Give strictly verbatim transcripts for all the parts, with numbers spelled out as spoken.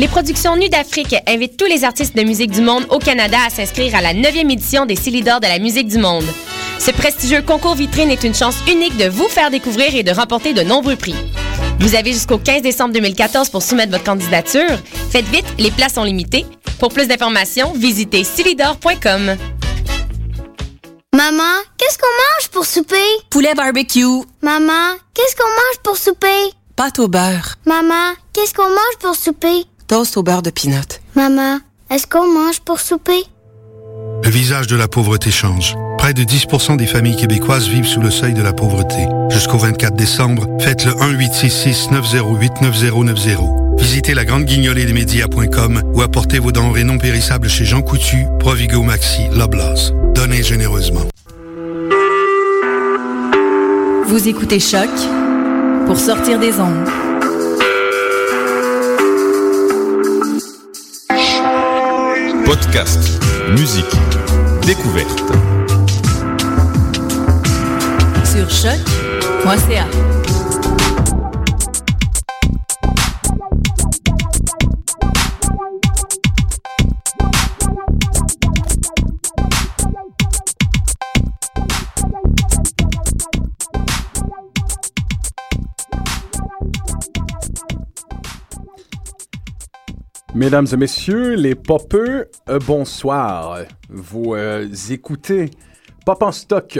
Les productions Nues d'Afrique invitent tous les artistes de musique du monde au Canada à s'inscrire à la neuvième édition des Célidors de la musique du monde. Ce prestigieux concours vitrine est une chance unique de vous faire découvrir et de remporter de nombreux prix. Vous avez jusqu'au quinze décembre deux mille quatorze pour soumettre votre candidature. Faites vite, les places sont limitées. Pour plus d'informations, visitez célidor point com. Maman, qu'est-ce qu'on mange pour souper? Poulet barbecue. Maman, qu'est-ce qu'on mange pour souper? Pâte au beurre. Maman, qu'est-ce qu'on mange pour souper? Toast au beurre de peanut. Maman, est-ce qu'on mange pour souper? Le visage de la pauvreté change. Près de dix pour cent des familles québécoises vivent sous le seuil de la pauvreté. Jusqu'au vingt-quatre décembre, faites le un huit six six neuf zéro huit neuf zéro neuf zéro. Visitez la grande guignolée des médias point com ou apportez vos denrées non périssables chez Jean Coutu, Provigo Maxi, Loblaws. Donnez généreusement. Vous écoutez Choc pour sortir des ondes. Podcast, musique, découverte. Sur choc point c a. Mesdames et messieurs, les popeux, euh, bonsoir. Vous euh, écoutez Pop en stock.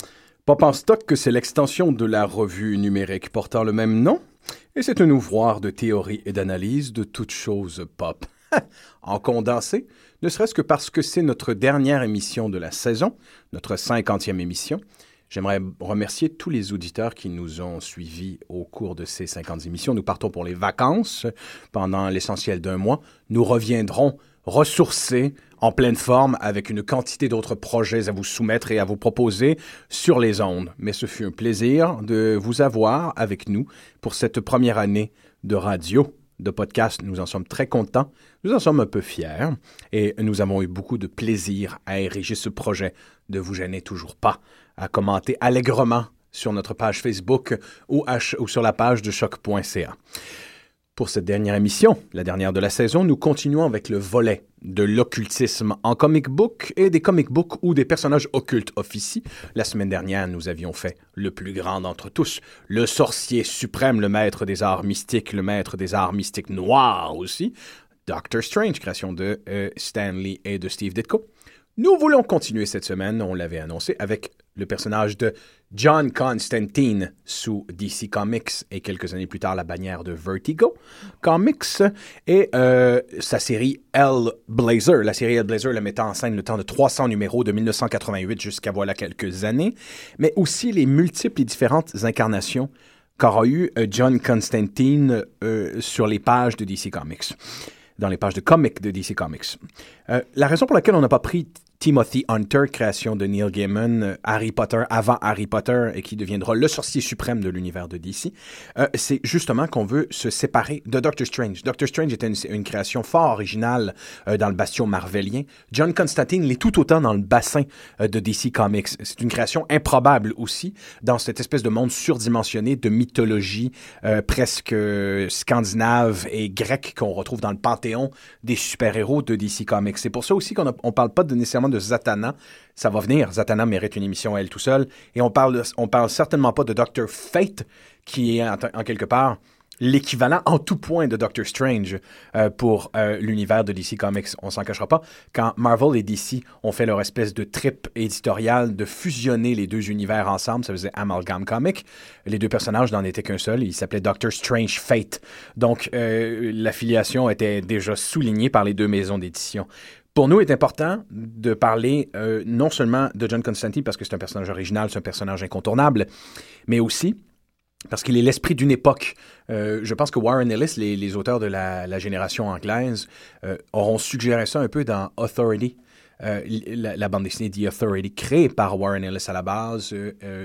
Pop en stock, c'est l'extension de la revue numérique portant le même nom. Et c'est un ouvroir de théorie et d'analyse de toutes choses pop. En condensé, ne serait-ce que parce que c'est notre dernière émission de la saison, notre cinquantième émission. J'aimerais remercier tous les auditeurs qui nous ont suivis au cours de ces cinquante émissions. Nous partons pour les vacances pendant l'essentiel d'un mois. Nous reviendrons ressourcés, en pleine forme, avec une quantité d'autres projets à vous soumettre et à vous proposer sur les ondes. Mais ce fut un plaisir de vous avoir avec nous pour cette première année de radio, de podcast. Nous en sommes très contents. Nous en sommes un peu fiers. Et nous avons eu beaucoup de plaisir à ériger ce projet. Ne vous gênez toujours pas à commenter allègrement sur notre page Facebook ou, à, ou sur la page de choc point c a. Pour cette dernière émission, la dernière de la saison, nous continuons avec le volet de l'occultisme en comic book et des comic books où des personnages occultes officient. La semaine dernière, nous avions fait le plus grand d'entre tous, le sorcier suprême, le maître des arts mystiques, le maître des arts mystiques noirs aussi, Doctor Strange, création de euh, Stan Lee et de Steve Ditko. Nous voulons continuer cette semaine, on l'avait annoncé, avec le personnage de John Constantine sous D C Comics et quelques années plus tard la bannière de Vertigo Comics et euh, sa série Hellblazer. La série Hellblazer le mettant en scène le temps de trois cents numéros de dix-neuf cent quatre-vingt-huit jusqu'à voilà quelques années, mais aussi les multiples et différentes incarnations qu'aura eu euh, John Constantine euh, sur les pages de D C Comics, dans les pages de comics de D C Comics. Euh, la raison pour laquelle on n'a pas pris Timothy Hunter, création de Neil Gaiman, euh, Harry Potter avant Harry Potter et qui deviendra le sorcier suprême de l'univers de D C, euh, c'est justement qu'on veut se séparer de Doctor Strange. Doctor Strange était une, une création fort originale euh, dans le bastion marvelien. John Constantine l'est tout autant dans le bassin euh, de D C Comics. C'est une création improbable aussi dans cette espèce de monde surdimensionné de mythologie euh, presque euh, scandinave et grecque qu'on retrouve dans le panthéon des super-héros de D C Comics. C'est pour ça aussi qu'on ne parle pas de, nécessairement de Zatanna. Ça va venir. Zatanna mérite une émission à elle tout seul. Et on parle, on parle certainement pas de Doctor Fate, qui est en, en quelque part l'équivalent en tout point de Doctor Strange euh, pour euh, l'univers de D C Comics. On s'en cachera pas. Quand Marvel et D C ont fait leur espèce de trip éditorial de fusionner les deux univers ensemble, ça faisait Amalgam Comic. Les deux personnages n'en étaient qu'un seul. Il s'appelait Doctor Strange Fate. Donc, euh, l'affiliation était déjà soulignée par les deux maisons d'édition. Pour nous, il est important de parler euh, non seulement de John Constantine parce que c'est un personnage original, c'est un personnage incontournable, mais aussi parce qu'il est l'esprit d'une époque. Euh, je pense que Warren Ellis, les, les auteurs de la, la génération anglaise, euh, auront suggéré ça un peu dans Authority, euh, la, la bande dessinée The Authority, créée par Warren Ellis à la base, euh, euh,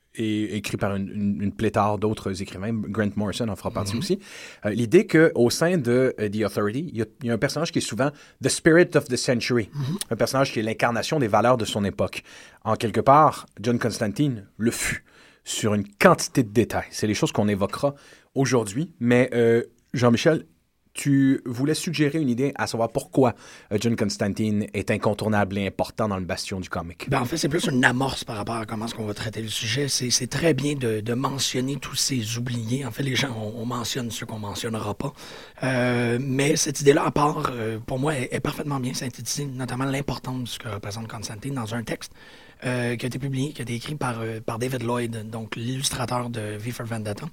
et écrit par une, une, une pléthore d'autres écrivains. Grant Morrison en fera partie mm-hmm. aussi. Euh, l'idée qu'au sein de uh, The Authority, il y, a, il y a un personnage qui est souvent The Spirit of the Century, mm-hmm. un personnage qui est l'incarnation des valeurs de son époque. En quelque part, John Constantine le fut sur une quantité de détails. C'est les choses qu'on évoquera aujourd'hui, mais euh, Jean-Michel, tu voulais suggérer une idée à savoir pourquoi euh, John Constantine est incontournable et important dans le bastion du comic. Ben, en fait, c'est plus une amorce par rapport à comment est-ce qu'on va traiter le sujet. C'est, c'est très bien de, de mentionner tous ces oubliés. En fait, les gens, on, on mentionne ceux qu'on mentionnera pas. Euh, mais cette idée-là, à part, euh, pour moi, est, est parfaitement bien synthétisée, notamment l'importance que représente Constantine dans un texte Euh, qui a été publié, qui a été écrit par, euh, par David Lloyd, donc l'illustrateur de V for Vendetta.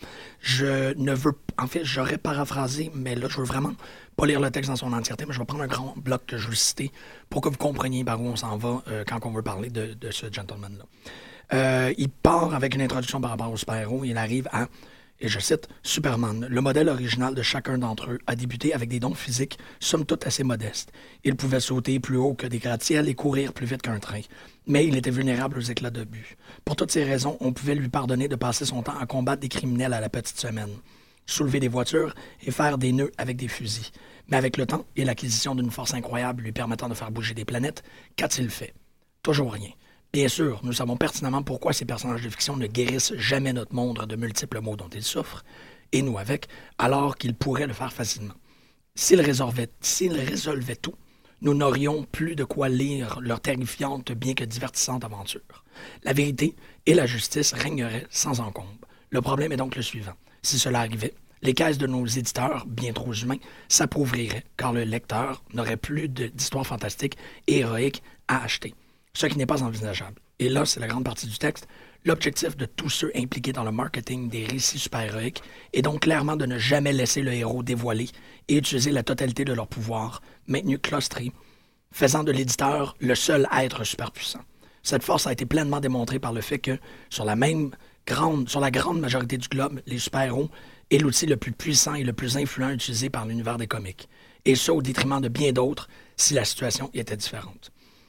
Je ne veux... En fait, j'aurais paraphrasé, mais là, je veux vraiment pas lire le texte dans son entièreté, mais je vais prendre un grand bloc que je veux citer pour que vous compreniez par où on s'en va euh, quand on veut parler de, de ce gentleman-là. Euh, il part avec une introduction par rapport au super-héros. Il arrive à... Et je cite, « Superman, le modèle original de chacun d'entre eux, a débuté avec des dons physiques, somme toute assez modestes. Il pouvait sauter plus haut que des gratte-ciels et courir plus vite qu'un train. Mais il était vulnérable aux éclats d'obus. Pour toutes ces raisons, on pouvait lui pardonner de passer son temps à combattre des criminels à la petite semaine, soulever des voitures et faire des nœuds avec des fusils. Mais avec le temps et l'acquisition d'une force incroyable lui permettant de faire bouger des planètes, qu'a-t-il fait? Toujours rien. Bien sûr, nous savons pertinemment pourquoi ces personnages de fiction ne guérissent jamais notre monde de multiples maux dont ils souffrent, et nous avec, alors qu'ils pourraient le faire facilement. S'ils résolvaient, s'ils résolvaient tout, nous n'aurions plus de quoi lire leur terrifiante, bien que divertissante aventure. La vérité et la justice régneraient sans encombre. Le problème est donc le suivant. Si cela arrivait, les caisses de nos éditeurs, bien trop humains, s'appauvriraient, car le lecteur n'aurait plus de, d'histoires fantastiques et héroïques à acheter. Ce qui n'est pas envisageable. Et là, c'est la grande partie du texte. L'objectif de tous ceux impliqués dans le marketing des récits super-héroïques est donc clairement de ne jamais laisser le héros dévoiler et utiliser la totalité de leur pouvoir, maintenu claustré, faisant de l'éditeur le seul être superpuissant. Cette force a été pleinement démontrée par le fait que, sur la même grande, sur la grande majorité du globe, les super-héros est l'outil le plus puissant et le plus influent utilisé par l'univers des comics. Et ça au détriment de bien d'autres si la situation était différente.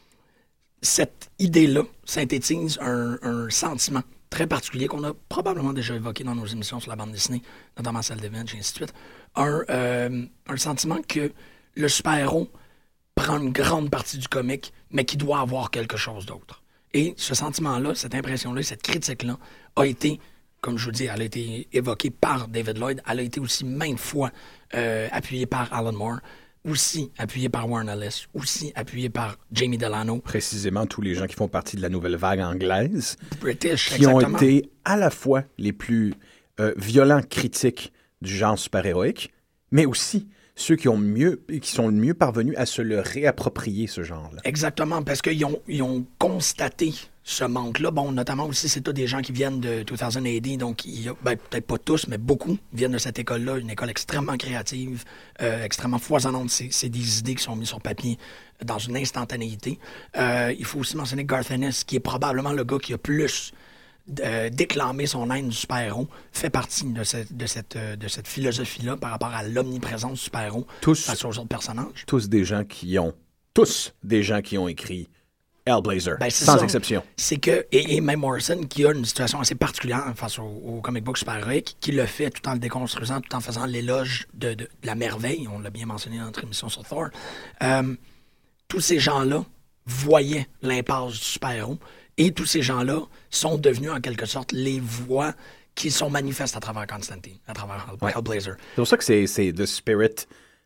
Cette idée-là synthétise un, un sentiment très particulier qu'on a probablement déjà évoqué dans nos émissions sur la bande dessinée, notamment celle d'Evenge et ainsi de suite. Un, euh, un sentiment que le super-héros prend une grande partie du comic, mais qui doit avoir quelque chose d'autre. Et ce sentiment-là, cette impression-là, cette critique-là, a été, comme je vous dis, elle a été évoquée par David Lloyd, elle a été aussi maintes fois euh, appuyée par Alan Moore, aussi appuyé par Warren Ellis, aussi appuyé par Jamie Delano. Précisément tous les gens qui font partie de la nouvelle vague anglaise. British, qui exactement. ont été à la fois les plus euh, violents critiques du genre super-héroïque, mais aussi ceux qui ont mieux, qui sont le mieux parvenus à se le réapproprier, ce genre-là. Exactement, parce qu'ils ont, ils ont constaté ce manque-là. Bon, notamment aussi, c'est tous des gens qui viennent de deux mille A D, donc il y a, ben, peut-être pas tous, mais beaucoup viennent de cette école-là, une école extrêmement créative, euh, extrêmement foisonnante. C'est, c'est des idées qui sont mises sur papier dans une instantanéité. Euh, il faut aussi mentionner Garth Ennis, qui est probablement le gars qui a plus euh, déclamé son haine du super-héros, fait partie de cette, de cette, de cette philosophie-là par rapport à l'omniprésence du super-héros tous, face aux autres personnages. Tous des gens qui ont, tous des gens qui ont écrit Hellblazer, ben, c'est sans ça. exception. C'est que, et, et même Morrison, qui a une situation assez particulière face au, au comic book super-héroïque, qui le fait tout en le déconstruisant, tout en faisant l'éloge de, de, de la merveille, on l'a bien mentionné dans notre émission sur Thor, euh, tous ces gens-là voyaient l'impasse du super-héros, et tous ces gens-là sont devenus en quelque sorte les voix qui sont manifestes à travers Constantine, à travers Hell, ouais. Hellblazer. C'est pour ça que c'est, c'est the spirit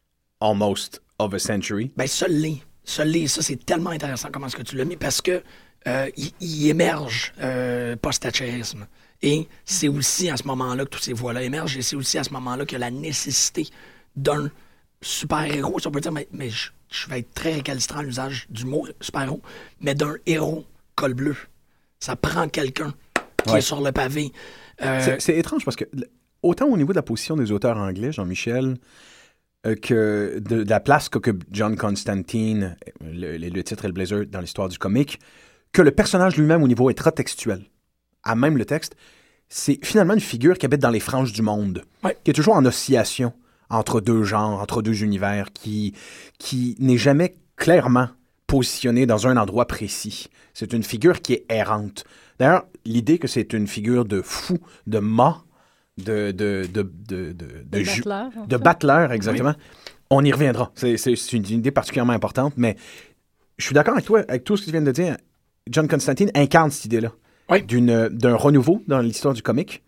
almost of a century. Ben, ça l'est. Ça l'est. Ça, c'est tellement intéressant comment est-ce que tu l'as mis, parce que euh, il, il émerge euh, post-thatcherisme. Et c'est aussi à ce moment-là que toutes ces voix-là émergent, et c'est aussi à ce moment-là qu'il y a la nécessité d'un super-héros, si on peut dire, mais, mais je, je vais être très récalcitrant à l'usage du mot super-héros, mais d'un héros col bleu. Ça prend quelqu'un qui ouais. est sur le pavé. Euh, c'est, c'est étrange parce que, autant au niveau de la position des auteurs anglais, Jean-Michel, euh, que de, de la place qu'occupe John Constantine, le, le, le titre Hellblazer dans l'histoire du comic, que le personnage lui-même au niveau extra-textuel, à même le texte, c'est finalement une figure qui habite dans les franges du monde, ouais. qui est toujours en oscillation entre deux genres, entre deux univers, qui, qui n'est jamais clairement positionné dans un endroit précis. C'est une figure qui est errante. D'ailleurs, l'idée que c'est une figure de fou, de mât, de... de, de, de, de, de, de ju- battleur. De battleur, exactement. Oui. On y reviendra. C'est, c'est, c'est une idée particulièrement importante, mais je suis d'accord avec toi, avec tout ce que tu viens de dire. John Constantine incarne cette idée-là. Oui. D'une, d'un renouveau dans l'histoire du comic,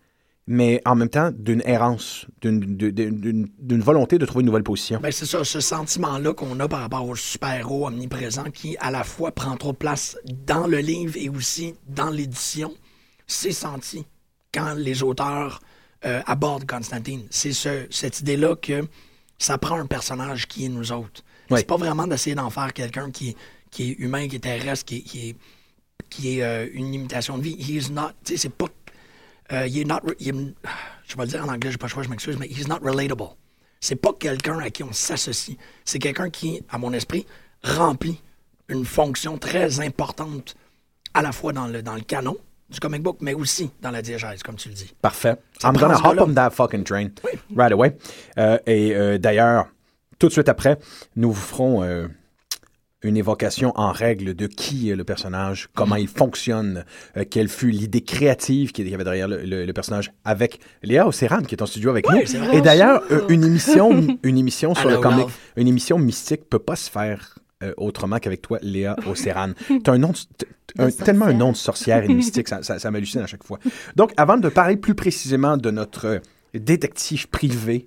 mais en même temps d'une errance, d'une, d'une, d'une volonté de trouver une nouvelle position. Ben c'est ça, ce sentiment-là qu'on a par rapport au super-héros omniprésent qui, à la fois, prend trop de place dans le livre et aussi dans l'édition, c'est senti quand les auteurs euh, abordent Constantine. C'est ce, cette idée-là que ça prend un personnage qui est nous autres. Oui. C'est pas vraiment d'essayer d'en faire quelqu'un qui, qui est humain, qui est terrestre, qui, qui est, qui est euh, une imitation de vie. He is not, tu sais, c'est pas... Uh, il est not, il est, je vais le dire en anglais, j'ai pas le choix, je m'excuse, mais he's not relatable. C'est pas quelqu'un à qui on s'associe. C'est quelqu'un qui, à mon esprit, remplit une fonction très importante à la fois dans le, dans le canon du comic book, mais aussi dans la diégèse, comme tu le dis. Parfait. Ça I'm prend gonna ce hop gars-là. on that fucking train Oui. right away. Euh, et euh, d'ailleurs, tout de suite après, nous vous ferons euh, une évocation en règle de qui est le personnage, comment il fonctionne, euh, quelle fut l'idée créative qu'il y avait derrière le, le, le personnage avec Léa Océran qui est en studio avec Oui, nous. c'est vrai. Et d'ailleurs, euh, une émission, une émission sur Hello, le comic, love. une émission mystique peut pas se faire euh, autrement qu'avec toi, Léa Océran. T'as un nom, de- t- un- tellement un nom de sorcière et de mystique, ça, ça, ça m'hallucine à chaque fois. Donc, avant de parler plus précisément de notre euh, détective privé,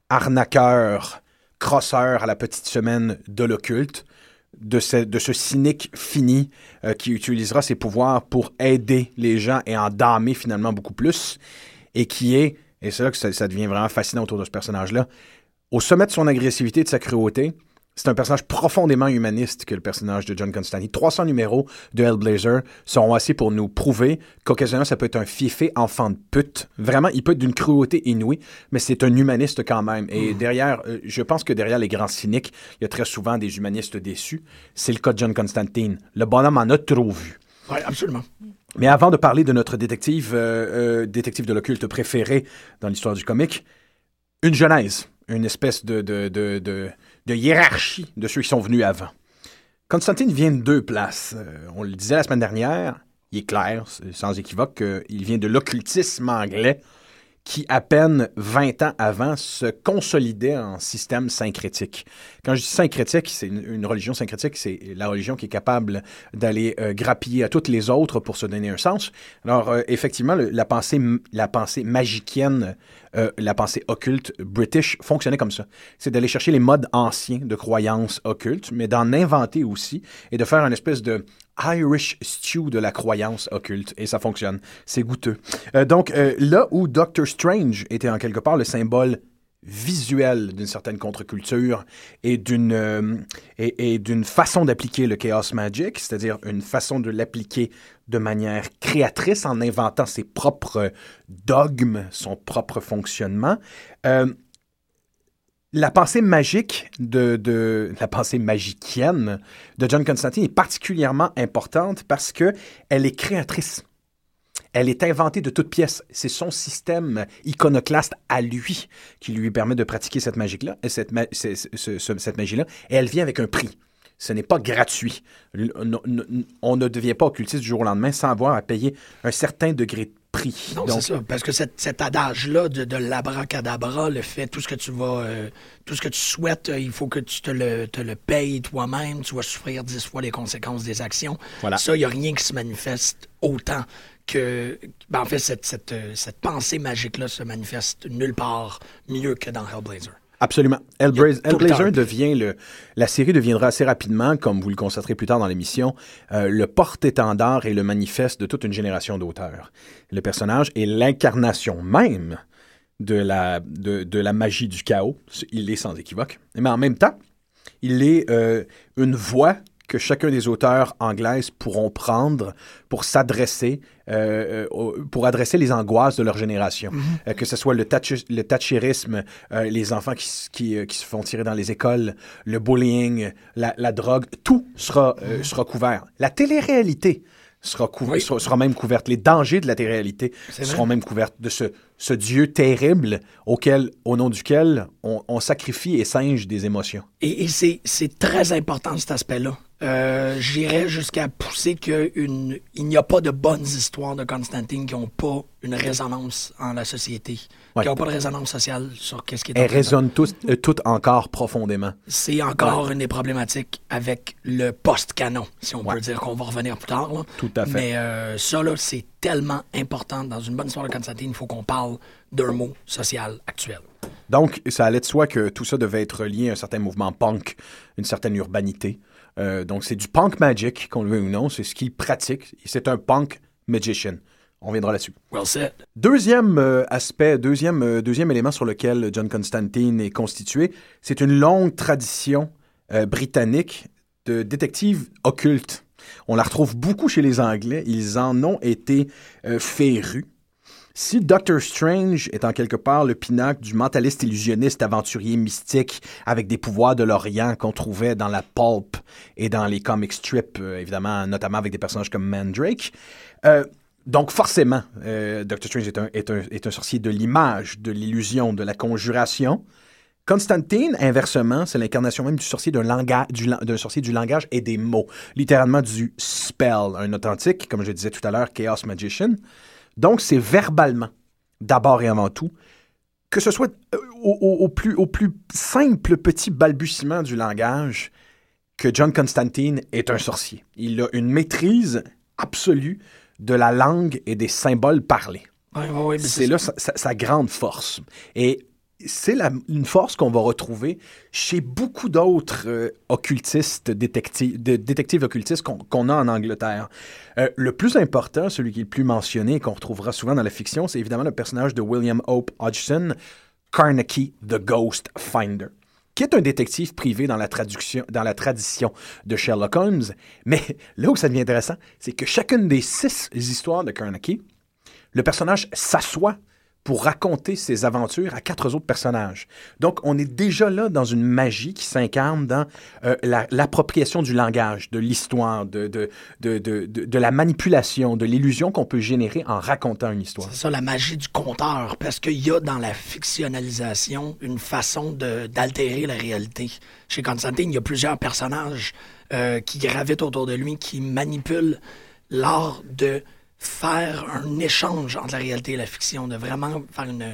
arnaqueur, crosseur à la petite semaine de l'occulte, de ce, de ce cynique fini euh, qui utilisera ses pouvoirs pour aider les gens et en damer finalement beaucoup plus, et qui est, et c'est là que ça, ça devient vraiment fascinant autour de ce personnage-là, au sommet de son agressivité et de sa cruauté, c'est un personnage profondément humaniste que le personnage de John Constantine. trois cents numéros de Hellblazer seront assez pour nous prouver qu'occasionnellement, ça peut être un fiefé enfant de pute. Vraiment, il peut être d'une cruauté inouïe, mais c'est un humaniste quand même. Et derrière, euh, je pense que derrière les grands cyniques, il y a très souvent des humanistes déçus. C'est le cas de John Constantine. Le bonhomme en a trop vu. Oui, absolument. Mais avant de parler de notre détective, euh, euh, détective de l'occulte préféré dans l'histoire du comic, une genèse, une espèce de, de, de, de, de hiérarchie de ceux qui sont venus avant. Constantine vient de deux places. Euh, on le disait la semaine dernière, il est clair, c'est sans équivoque, qu'il vient de l'occultisme anglais qui, à peine vingt ans avant, se consolidait en système syncrétique. Quand je dis syncrétique, c'est une, une religion syncrétique, c'est la religion qui est capable d'aller euh, grappiller à toutes les autres pour se donner un sens. Alors, euh, effectivement, le- la pensée, la pensée magiquienne, euh, la pensée occulte british fonctionnait comme ça. C'est d'aller chercher les modes anciens de croyances occultes, mais d'en inventer aussi et de faire une espèce de Irish stew de la croyance occulte. Et ça fonctionne. C'est goûteux. Euh, donc, euh, là où Doctor Strange était en quelque part le symbole visuel d'une certaine contre-culture et d'une euh, et, et d'une façon d'appliquer le Chaos Magic, c'est-à-dire une façon de l'appliquer de manière créatrice en inventant ses propres dogmes, son propre fonctionnement. Euh, La pensée magique de, de la pensée magicienne de John Constantine est particulièrement importante parce que elle est créatrice. Elle est inventée de toutes pièces. C'est son système iconoclaste à lui qui lui permet de pratiquer cette magie-là, cette, ma- ce- ce- ce- cette magie-là, et elle vient avec un prix. Ce n'est pas gratuit. On ne devient pas occultiste du jour au lendemain sans avoir à payer un certain degré de prix. Non, Donc, c'est ça. Parce que cet, cet adage-là de, de l'abracadabra, le fait, tout ce que tu vas, euh, tout ce que tu souhaites, euh, il faut que tu te le, te le payes toi-même, tu vas souffrir dix fois les conséquences des actions. Voilà. Ça, il n'y a rien qui se manifeste autant que... Ben, en fait, cette, cette, euh, cette pensée magique-là se manifeste nulle part mieux que dans Hellblazer. Absolument. Hellblazer, Il y a tout le Hellblazer temps. devient le... La série deviendra assez rapidement, comme vous le constaterez plus tard dans l'émission, euh, le porte-étendard et le manifeste de toute une génération d'auteurs. Le personnage est l'incarnation même de la, de, de la magie du chaos. Il l'est sans équivoque. Mais en même temps, il est euh, une voix que chacun des auteurs anglaises pourront prendre pour s'adresser, euh, euh, pour adresser les angoisses de leur génération. Mm-hmm. Euh, que ce soit le, thatch- le thatcherisme, euh, les enfants qui, s- qui, euh, qui se font tirer dans les écoles, le bullying, la, la drogue, tout sera, euh, mm-hmm. sera couvert. La télé-réalité sera, couv- Oui. sera, sera même couverte. Les dangers de la télé-réalité C'est seront vrai. même couverts de ce, ce Dieu terrible auquel, au nom duquel on, on sacrifie et singe des émotions. Et, et c'est, c'est très important cet aspect-là Euh, j'irais jusqu'à pousser qu'il n'y a pas de bonnes histoires de Constantine qui n'ont pas une résonance en la société, ouais. qui n'ont pas de résonance sociale sur qu'est-ce qui est. Elles résonnent toutes euh, tout encore profondément. C'est encore ouais. une des problématiques avec le post-canon, si on ouais. peut dire, qu'on va revenir plus tard. Là. Tout à fait. Mais euh, ça, là, c'est tellement important. Dans une bonne histoire de Constantine, il faut qu'on parle d'un mot social actuel. Donc, ça allait de soi que tout ça devait être lié à un certain mouvement punk, une certaine urbanité. Euh, donc, c'est du punk magic, qu'on le veuille ou non. C'est ce qu'il pratique. C'est un punk magician. On viendra là-dessus. Well said. Deuxième euh, aspect, deuxième, euh, deuxième élément sur lequel John Constantine est constitué, c'est une longue tradition euh, britannique de détectives occultes. On la retrouve beaucoup chez les Anglais. Ils en ont été euh, férus. Si Doctor Strange est en quelque part le pinacle du mentaliste illusionniste aventurier mystique avec des pouvoirs de l'Orient qu'on trouvait dans la pulp et dans les comic strips, euh, évidemment, notamment avec des personnages comme Mandrake, euh, donc forcément, euh, Doctor Strange est un, est, un, est un sorcier de l'image, de l'illusion, de la conjuration. Constantine, inversement, c'est l'incarnation même du sorcier d'un, langage, du, d'un sorcier du langage et des mots, littéralement du spell, un authentique, comme je disais tout à l'heure, Chaos Magician. Donc, c'est verbalement, d'abord et avant tout, que ce soit au, au, au, plus, au plus simple petit balbutiement du langage, que John Constantine est un sorcier. Il a une maîtrise absolue de la langue et des symboles parlés. Oui, oui, oui, c'est, c'est là sa, sa, sa grande force. Et c'est la, une force qu'on va retrouver chez beaucoup d'autres euh, occultistes, détectives, de, détectives occultistes qu'on, qu'on a en Angleterre. Euh, le plus important, celui qui est le plus mentionné et qu'on retrouvera souvent dans la fiction, c'est évidemment le personnage de William Hope Hodgson, Carnacki the Ghost Finder, qui est un détective privé dans la, traduction, dans la tradition de Sherlock Holmes. Mais là où ça devient intéressant, c'est que chacune des six histoires de Carnacki, le personnage s'assoit pour raconter ses aventures à quatre autres personnages. Donc, on est déjà là dans une magie qui s'incarne dans euh, la, l'appropriation du langage, de l'histoire, de, de, de, de, de, de la manipulation, de l'illusion qu'on peut générer en racontant une histoire. C'est ça, la magie du conteur, parce qu'il y a dans la fictionnalisation une façon de, d'altérer la réalité. Chez Constantine, il y a plusieurs personnages euh, qui gravitent autour de lui, qui manipulent l'art de faire un échange entre la réalité et la fiction, de vraiment faire une...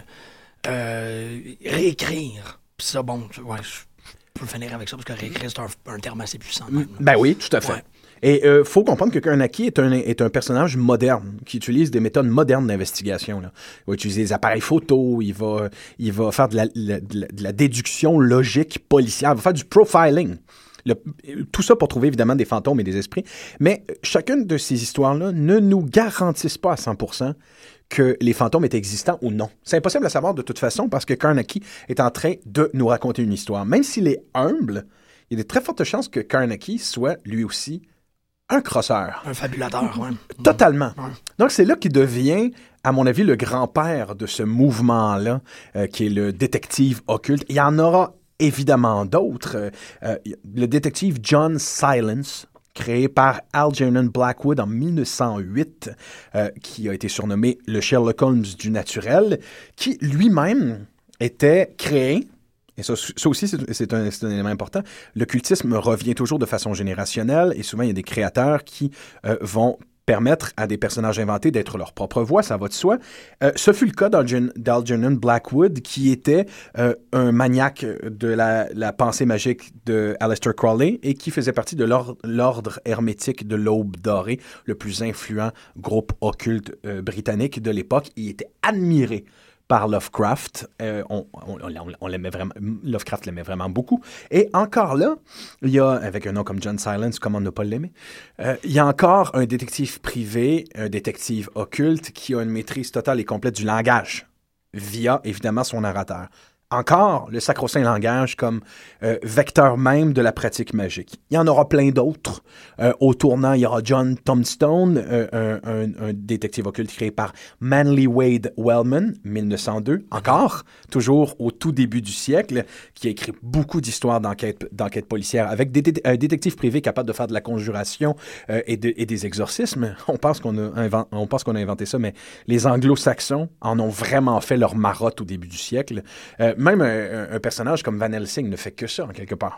Euh, réécrire. Puis ça, bon, ouais, je peux finir avec ça, parce que réécrire, c'est un, un terme assez puissant. Même, ben oui, tout à fait. Ouais. Et il euh, faut comprendre que Carnacki est un, est un personnage moderne, qui utilise des méthodes modernes d'investigation. Là. Il va utiliser des appareils photo, il va, il va faire de la, la, de, la, de la déduction logique policière, il va faire du profiling. Le, tout ça pour trouver évidemment des fantômes et des esprits. Mais chacune de ces histoires-là ne nous garantissent pas à cent pour cent que les fantômes étaient existants ou non. C'est impossible à savoir de toute façon parce que Carnacki est en train de nous raconter une histoire. Même s'il est humble, il y a de très fortes chances que Carnacki soit lui aussi un crosseur. Un fabulateur, oui. Totalement. Ouais. Donc c'est là qu'il devient, à mon avis, le grand-père de ce mouvement-là, euh, qui est le détective occulte. Il y en aura évidemment d'autres. Euh, le détective John Silence, créé par Algernon Blackwood en dix-neuf cent huit, euh, qui a été surnommé le Sherlock Holmes du naturel, qui lui-même était créé, et ça, ça aussi c'est, c'est, un, c'est un élément important, l'occultisme revient toujours de façon générationnelle, et souvent il y a des créateurs qui euh, vont permettre à des personnages inventés d'être leur propre voix, ça va de soi. Euh, ce fut le cas d'Algernon, d'Algernon Blackwood, qui était euh, un maniaque de la, la pensée magique de Aleister Crowley et qui faisait partie de l'ordre, l'ordre hermétique de l'Aube dorée, le plus influent groupe occulte euh, britannique de l'époque. Il était admiré par Lovecraft. Euh, on, on, on, on l'aimait vraiment, Lovecraft l'aimait vraiment beaucoup. Et encore là, il y a, avec un nom comme John Silence, comment ne pas l'aimer, euh, il y a encore un détective privé, un détective occulte qui a une maîtrise totale et complète du langage, via évidemment son narrateur. Encore le sacro-saint langage comme euh, vecteur même de la pratique magique. Il y en aura plein d'autres. Euh, au tournant, il y aura John Tombstone, euh, un, un, un détective occulte créé par Manly Wade Wellman, dix-neuf cent deux. Encore, toujours au tout début du siècle, qui a écrit beaucoup d'histoires d'enquête, d'enquête policière avec des, des, un détective privé capable de faire de la conjuration euh, et, de, et des exorcismes. On pense qu'on a, invent, on pense qu'on a inventé ça, mais les anglo-saxons en ont vraiment fait leur marotte au début du siècle. Euh, Même un, un personnage comme Van Helsing ne fait que ça, en quelque part.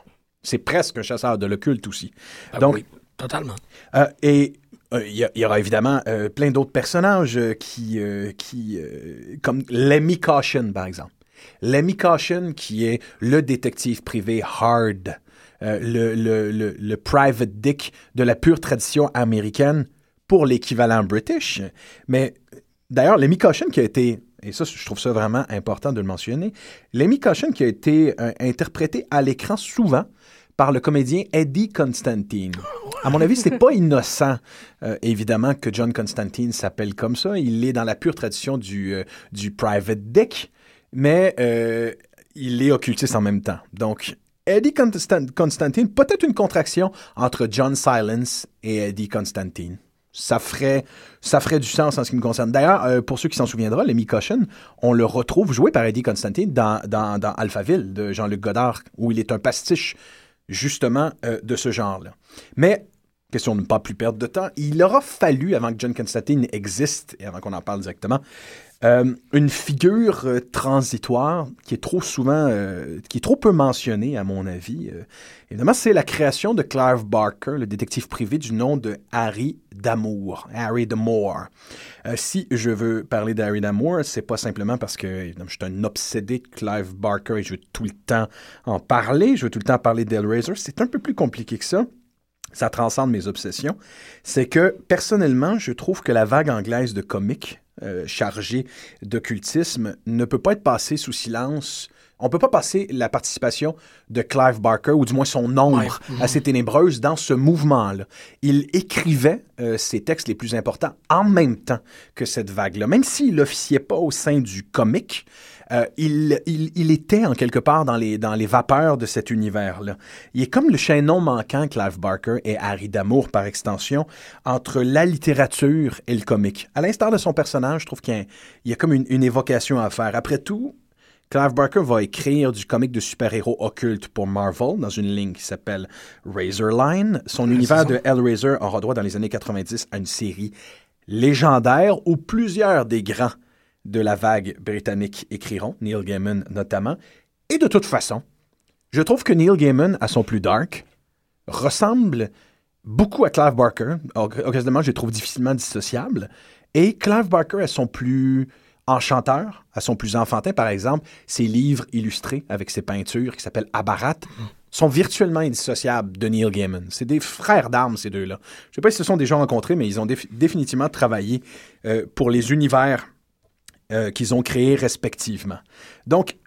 C'est presque un chasseur de l'occulte aussi. Ah, Donc, oui, totalement. Euh, et il euh, y, y aura évidemment euh, plein d'autres personnages euh, qui, euh, qui euh, comme Lemmy Caution, par exemple. Lemmy Caution, qui est le détective privé hard, euh, le, le, le, le private dick de la pure tradition américaine pour l'équivalent british. Mais d'ailleurs, Lemmy Caution qui a été, et ça, je trouve ça vraiment important de le mentionner, Lemmy Caution qui a été euh, interprété à l'écran souvent par le comédien Eddie Constantine. À mon avis, c'est pas innocent, euh, évidemment, que John Constantine s'appelle comme ça. Il est dans la pure tradition du, euh, du private dick, mais euh, il est occultiste en même temps. Donc, Eddie Constant- Constantine, peut-être une contraction entre John Silence et Eddie Constantine. Ça ferait, ça ferait du sens en ce qui me concerne. D'ailleurs, euh, pour ceux qui s'en souviendront, Lemmy Caution, on le retrouve joué par Eddie Constantine dans, dans, dans Alphaville de Jean-Luc Godard, où il est un pastiche justement euh, de ce genre-là. Mais, question de ne pas plus perdre de temps, il aura fallu, avant que John Constantine existe, et avant qu'on en parle directement, euh, une figure euh, transitoire qui est trop souvent, euh, qui est trop peu mentionnée, à mon avis. Euh, évidemment, c'est la création de Clive Barker, le détective privé du nom de Harry Damour. Harry Damour. Euh, si je veux parler d'Harry Damour, c'est pas simplement parce que évidemment, je suis un obsédé de Clive Barker et je veux tout le temps en parler, je veux tout le temps parler d'Hellraiser. C'est un peu plus compliqué que ça. Ça transcende mes obsessions. C'est que, personnellement, je trouve que la vague anglaise de comics euh, chargée d'occultisme ne peut pas être passée sous silence. On ne peut pas passer la participation de Clive Barker, ou du moins son ombre ouais. assez ténébreuse, dans ce mouvement-là. Il écrivait euh, ses textes les plus importants en même temps que cette vague-là. Même s'il n'officiait pas au sein du comic, euh, il, il, il était en quelque part dans les, dans les vapeurs de cet univers-là. Il est comme le chaînon manquant, Clive Barker et Harry Damour, par extension, entre la littérature et le comic. À l'instar de son personnage, je trouve qu'il y a, il y a comme une, une évocation à faire. Après tout, Clive Barker va écrire du comic de super-héros occulte pour Marvel dans une ligne qui s'appelle Razorline. Son oui, univers de Hellraiser aura droit dans les années quatre-vingt-dix à une série légendaire où plusieurs des grands de la vague britannique écriront, Neil Gaiman notamment. Et de toute façon, je trouve que Neil Gaiman, à son plus dark, ressemble beaucoup à Clive Barker. Occasionnellement, je le trouve difficilement dissociable. Et Clive Barker, à son plus enchanteur, à son plus enfantin, par exemple, ses livres illustrés avec ses peintures qui s'appellent Abarat sont virtuellement indissociables de Neil Gaiman. C'est des frères d'armes, ces deux-là. Je ne sais pas si ce sont des gens rencontrés, mais ils ont déf- définitivement travaillé euh, pour les univers euh, qu'ils ont créés respectivement. Donc,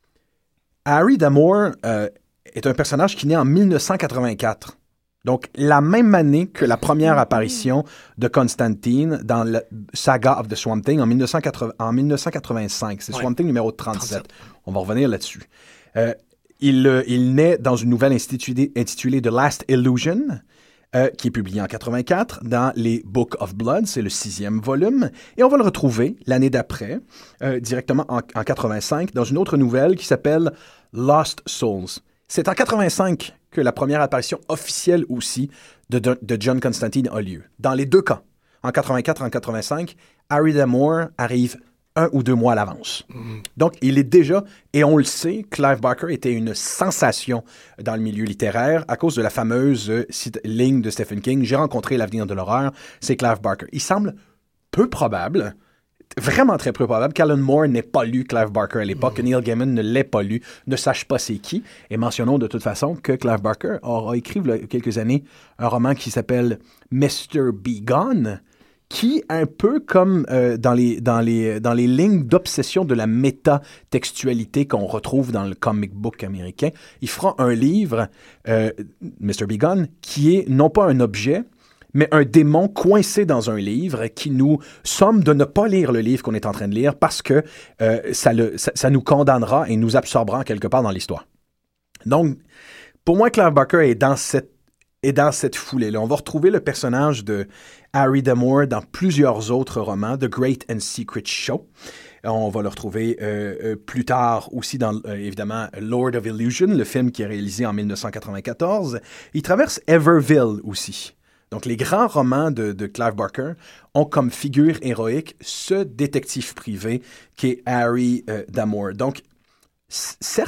Harry Damour euh, est un personnage qui naît en dix-neuf cent quatre-vingt-quatre. Donc, la même année que la première apparition de Constantine dans la Saga of the Swamp Thing en, dix-neuf cent quatre-vingts, en dix-neuf cent quatre-vingt-cinq. C'est ouais. Swamp Thing numéro trente-sept. trente-sept. On va revenir là-dessus. Euh, il, euh, il naît dans une nouvelle intitulée, intitulée The Last Illusion, euh, qui est publiée en quatre-vingt-quatre dans les Book of Blood. C'est le sixième volume. Et on va le retrouver l'année d'après, euh, directement en, en quatre-vingt-cinq, dans une autre nouvelle qui s'appelle Lost Souls. C'est en quatre-vingt-cinq que la première apparition officielle aussi de, de, de John Constantine a lieu. Dans les deux cas, en quatre-vingt-quatre et en quatre-vingt-cinq, Harry Damour arrive un ou deux mois à l'avance. Mm. Donc, il est déjà, et on le sait, Clive Barker était une sensation dans le milieu littéraire à cause de la fameuse euh, ligne de Stephen King, « J'ai rencontré l'avenir de l'horreur », c'est Clive Barker. Il semble peu probable, vraiment très peu probable qu'Alan Moore n'ait pas lu Clive Barker à l'époque, mmh. que Neil Gaiman ne l'ait pas lu, ne sache pas c'est qui. Et mentionnons de toute façon que Clive Barker aura écrit il y a quelques années un roman qui s'appelle mister Be Gone, qui, un peu comme euh, dans, les, dans, les, dans les lignes d'obsession de la métatextualité qu'on retrouve dans le comic book américain, il fera un livre, euh, mister Be Gone, qui est non pas un objet, mais un démon coincé dans un livre qui nous somme de ne pas lire le livre qu'on est en train de lire parce que euh, ça, le, ça, ça nous condamnera et nous absorbera quelque part dans l'histoire. Donc, pour moi, Clive Barker est dans cette, est dans cette foulée-là. On va retrouver le personnage de Harry Damour dans plusieurs autres romans, The Great and Secret Show. On va le retrouver euh, euh, plus tard aussi dans, euh, évidemment, Lord of Illusion, le film qui est réalisé en dix-neuf cent quatre-vingt-quatorze. Il traverse Everville aussi. Donc, les grands romans de, de Clive Barker ont comme figure héroïque ce détective privé qui est Harry euh, Damour. Donc, c- certes,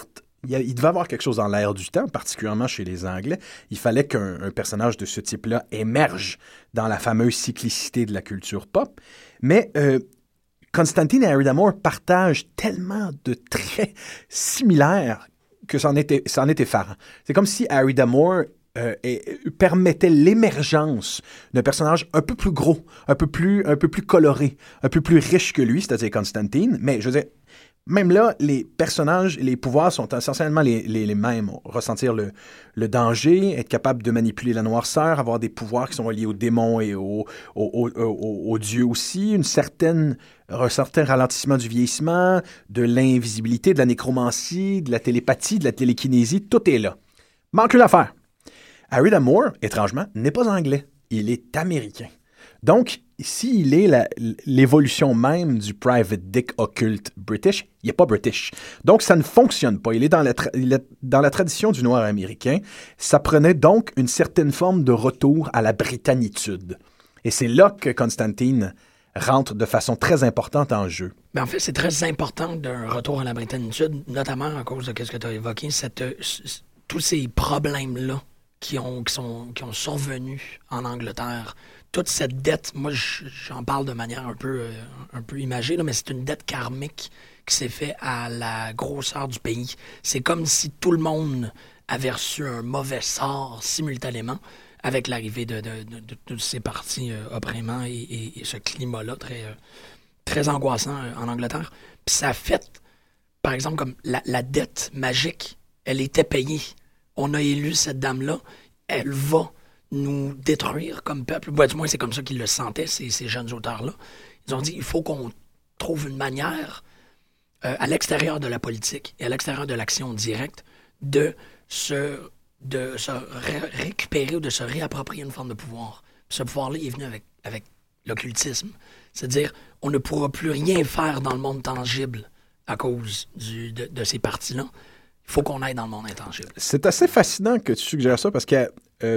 il, y a, il devait avoir quelque chose dans l'air du temps, particulièrement chez les Anglais. Il fallait qu'un un personnage de ce type-là émerge dans la fameuse cyclicité de la culture pop. Mais euh, Constantine et Harry D'Amour partagent tellement de traits similaires que c'en était, c'en était effarant. C'est comme si Harry D'Amour euh, et, permettait l'émergence d'un personnage un peu plus gros, un peu plus, un peu plus coloré, un peu plus riche que lui, c'est-à-dire Constantine. Mais je veux dire, même là, les personnages, les pouvoirs sont essentiellement les, les, les mêmes. Ressentir le, le danger, être capable de manipuler la noirceur, avoir des pouvoirs qui sont liés aux démons et aux, aux, aux, aux, aux dieux aussi, une certaine, un certain ralentissement du vieillissement, de l'invisibilité, de la nécromancie, de la télépathie, de la télékinésie, tout est là. Manque une affaire. Harry D'Amour, étrangement, n'est pas anglais. Il est américain. Donc, s'il est la, l'évolution même du private dick occulte british, il n'est pas british. Donc, ça ne fonctionne pas. Il est dans la, tra- il est dans la tradition du noir américain. Ça prenait donc une certaine forme de retour à la britanitude. Et c'est là que Constantine rentre de façon très importante en jeu. Mais en fait, c'est très important d'un retour à la britanitude, notamment à cause de ce que tu as évoqué, cette, tous ces problèmes-là qui ont, qui sont, qui ont survenu en Angleterre. Toute cette dette, moi j'en parle de manière un peu, euh, un peu imagée, là, mais c'est une dette karmique qui s'est faite à la grosseur du pays. C'est comme si tout le monde avait reçu un mauvais sort simultanément avec l'arrivée de, de, de, de tous ces partis euh, opprimants et, et, et ce climat-là très, euh, très angoissant euh, en Angleterre. Puis ça a fait, par exemple, comme la, la dette magique, elle était payée. On a élu cette dame-là, elle va nous détruire comme peuple. Ben, du moins, c'est comme ça qu'ils le sentaient, ces, ces jeunes auteurs-là. Ils ont dit, il faut qu'on trouve une manière, euh, à l'extérieur de la politique et à l'extérieur de l'action directe, de se, de se ré- récupérer ou de se réapproprier une forme de pouvoir. Puis ce pouvoir-là est venu avec, avec l'occultisme. C'est-à-dire, on ne pourra plus rien faire dans le monde tangible à cause du, de, de ces parties-là. Il faut qu'on aille dans le monde intangible. C'est assez fascinant que tu suggères ça parce que euh,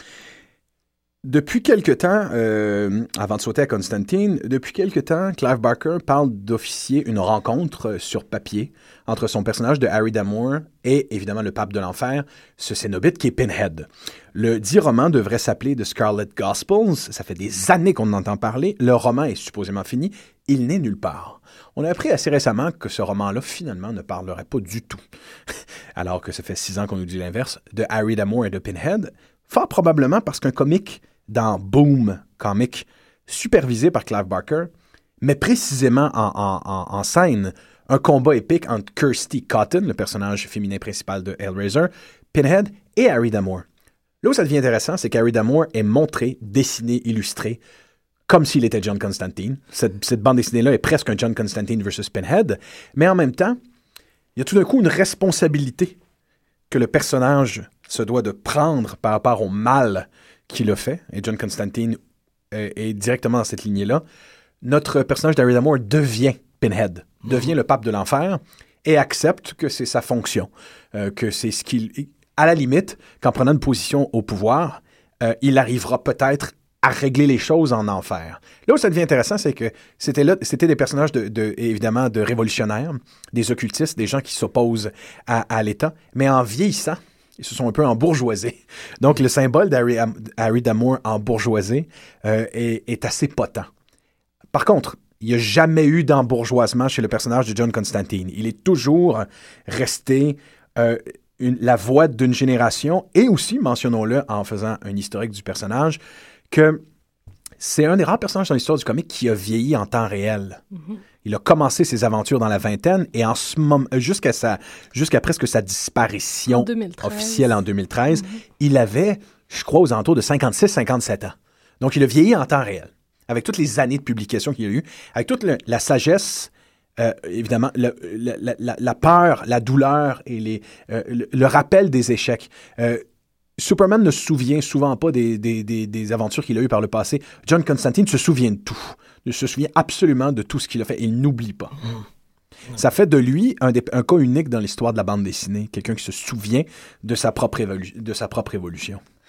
depuis quelque temps, euh, avant de sauter à Constantine, depuis quelque temps, Clive Barker parle d'officier une rencontre sur papier entre son personnage de Harry D'Amour et évidemment le pape de l'enfer, ce cénobite qui est Pinhead. Le dit roman devrait s'appeler The Scarlet Gospels. Ça fait des années qu'on en entend parler. Le roman est supposément fini. Il n'est nulle part. On a appris assez récemment que ce roman-là, finalement, ne parlerait pas du tout. Alors que ça fait six ans qu'on nous dit l'inverse, de Harry D'Amour et de Pinhead, fort probablement parce qu'un comique dans Boom Comic, supervisé par Clive Barker, met précisément en, en, en, en scène un combat épique entre Kirsty Cotton, le personnage féminin principal de Hellraiser, Pinhead et Harry D'Amour. Là où ça devient intéressant, c'est qu'Harry D'Amour est montré, dessiné, illustré, comme s'il était John Constantine. Cette, cette bande dessinée-là est presque un John Constantine versus Pinhead, mais en même temps, il y a tout d'un coup une responsabilité que le personnage se doit de prendre par rapport au mal qu'il a fait, et John Constantine est, est directement dans cette lignée-là. Notre personnage d'Harry D'Amour devient Pinhead, mmh. devient le pape de l'enfer, et accepte que c'est sa fonction, euh, que c'est ce qu'il... À la limite, qu'en prenant une position au pouvoir, euh, il arrivera peut-être à régler les choses en enfer. Là où ça devient intéressant, c'est que c'était là, c'était des personnages, de, de, évidemment, de révolutionnaires, des occultistes, des gens qui s'opposent à, à l'État, mais en vieillissant, ils se sont un peu embourgeoisés. Donc, le symbole d'Harry Harry D'Amour embourgeoisé euh, est, est assez potent. Par contre, il n'y a jamais eu d'embourgeoisement chez le personnage de John Constantine. Il est toujours resté euh, une, la voix d'une génération, et aussi, mentionnons-le en faisant un historique du personnage, que c'est un des rares personnages dans l'histoire du comic qui a vieilli en temps réel. Mm-hmm. Il a commencé ses aventures dans la vingtaine et en ce moment, jusqu'à, sa, jusqu'à presque sa disparition en officielle en deux mille treize, mm-hmm. il avait, je crois, aux alentours de cinquante-six cinquante-sept ans. Donc, il a vieilli en temps réel, avec toutes les années de publication qu'il a eues, avec toute le, la sagesse, euh, évidemment, le, la, la, la peur, la douleur et les, euh, le, le rappel des échecs. Euh, Superman ne se souvient souvent pas des, des, des, des aventures qu'il a eues par le passé. John Constantine se souvient de tout. Il se souvient absolument de tout ce qu'il a fait. Il n'oublie pas. Mmh. Ça fait de lui un, des, un cas unique dans l'histoire de la bande dessinée. Quelqu'un qui se souvient de sa propre, évolu- de sa propre évolution.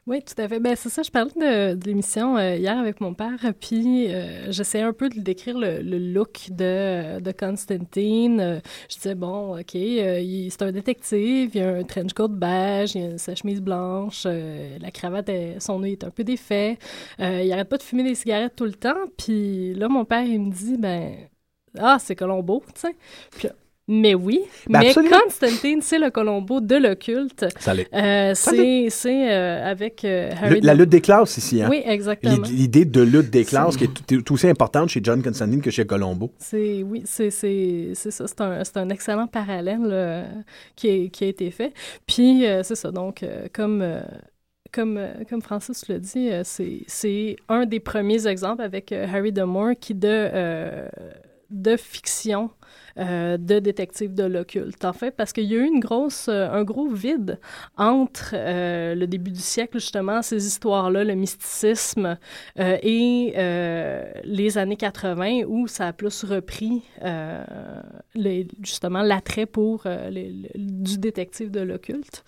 Oui, tout à fait. Ben c'est ça, je parlais de, de l'émission euh, hier avec mon père, puis euh, j'essayais un peu de décrire le, le look de, de Constantine. Euh, je disais, bon, OK, euh, il, c'est un détective, il a un trench coat beige, il a sa chemise blanche, euh, la cravate, est, son nez est un peu défait, euh, il arrête pas de fumer des cigarettes tout le temps, puis là, mon père, il me dit, ben, ah, c'est Columbo, tu sais. Puis là, mais oui, ben mais absolument. Constantine, c'est le Columbo de l'occulte. Ça l'est. Euh, Ça c'est l'est. c'est euh, avec euh, Harry Le- la Dom- lutte des classes ici, hein? Oui, exactement. L'id- L'idée de lutte des classes C'est- qui est tout, tout aussi importante chez John Constantine que chez Columbo. C'est oui, c'est c'est c'est ça, c'est un c'est un excellent parallèle là, qui est, qui a été fait. Puis euh, c'est ça, donc euh, comme euh, Comme, euh, comme Francis l'a dit, euh, c'est, c'est un des premiers exemples avec euh, Harry D'Amour qui de, euh, de fiction, euh, de détective de l'occulte, en fait, parce qu'il y a eu une grosse, euh, un gros vide entre euh, le début du siècle, justement, ces histoires-là, le mysticisme, euh, et euh, les années quatre-vingts, où ça a plus repris, euh, les, justement, l'attrait pour euh, les, le, du détective de l'occulte.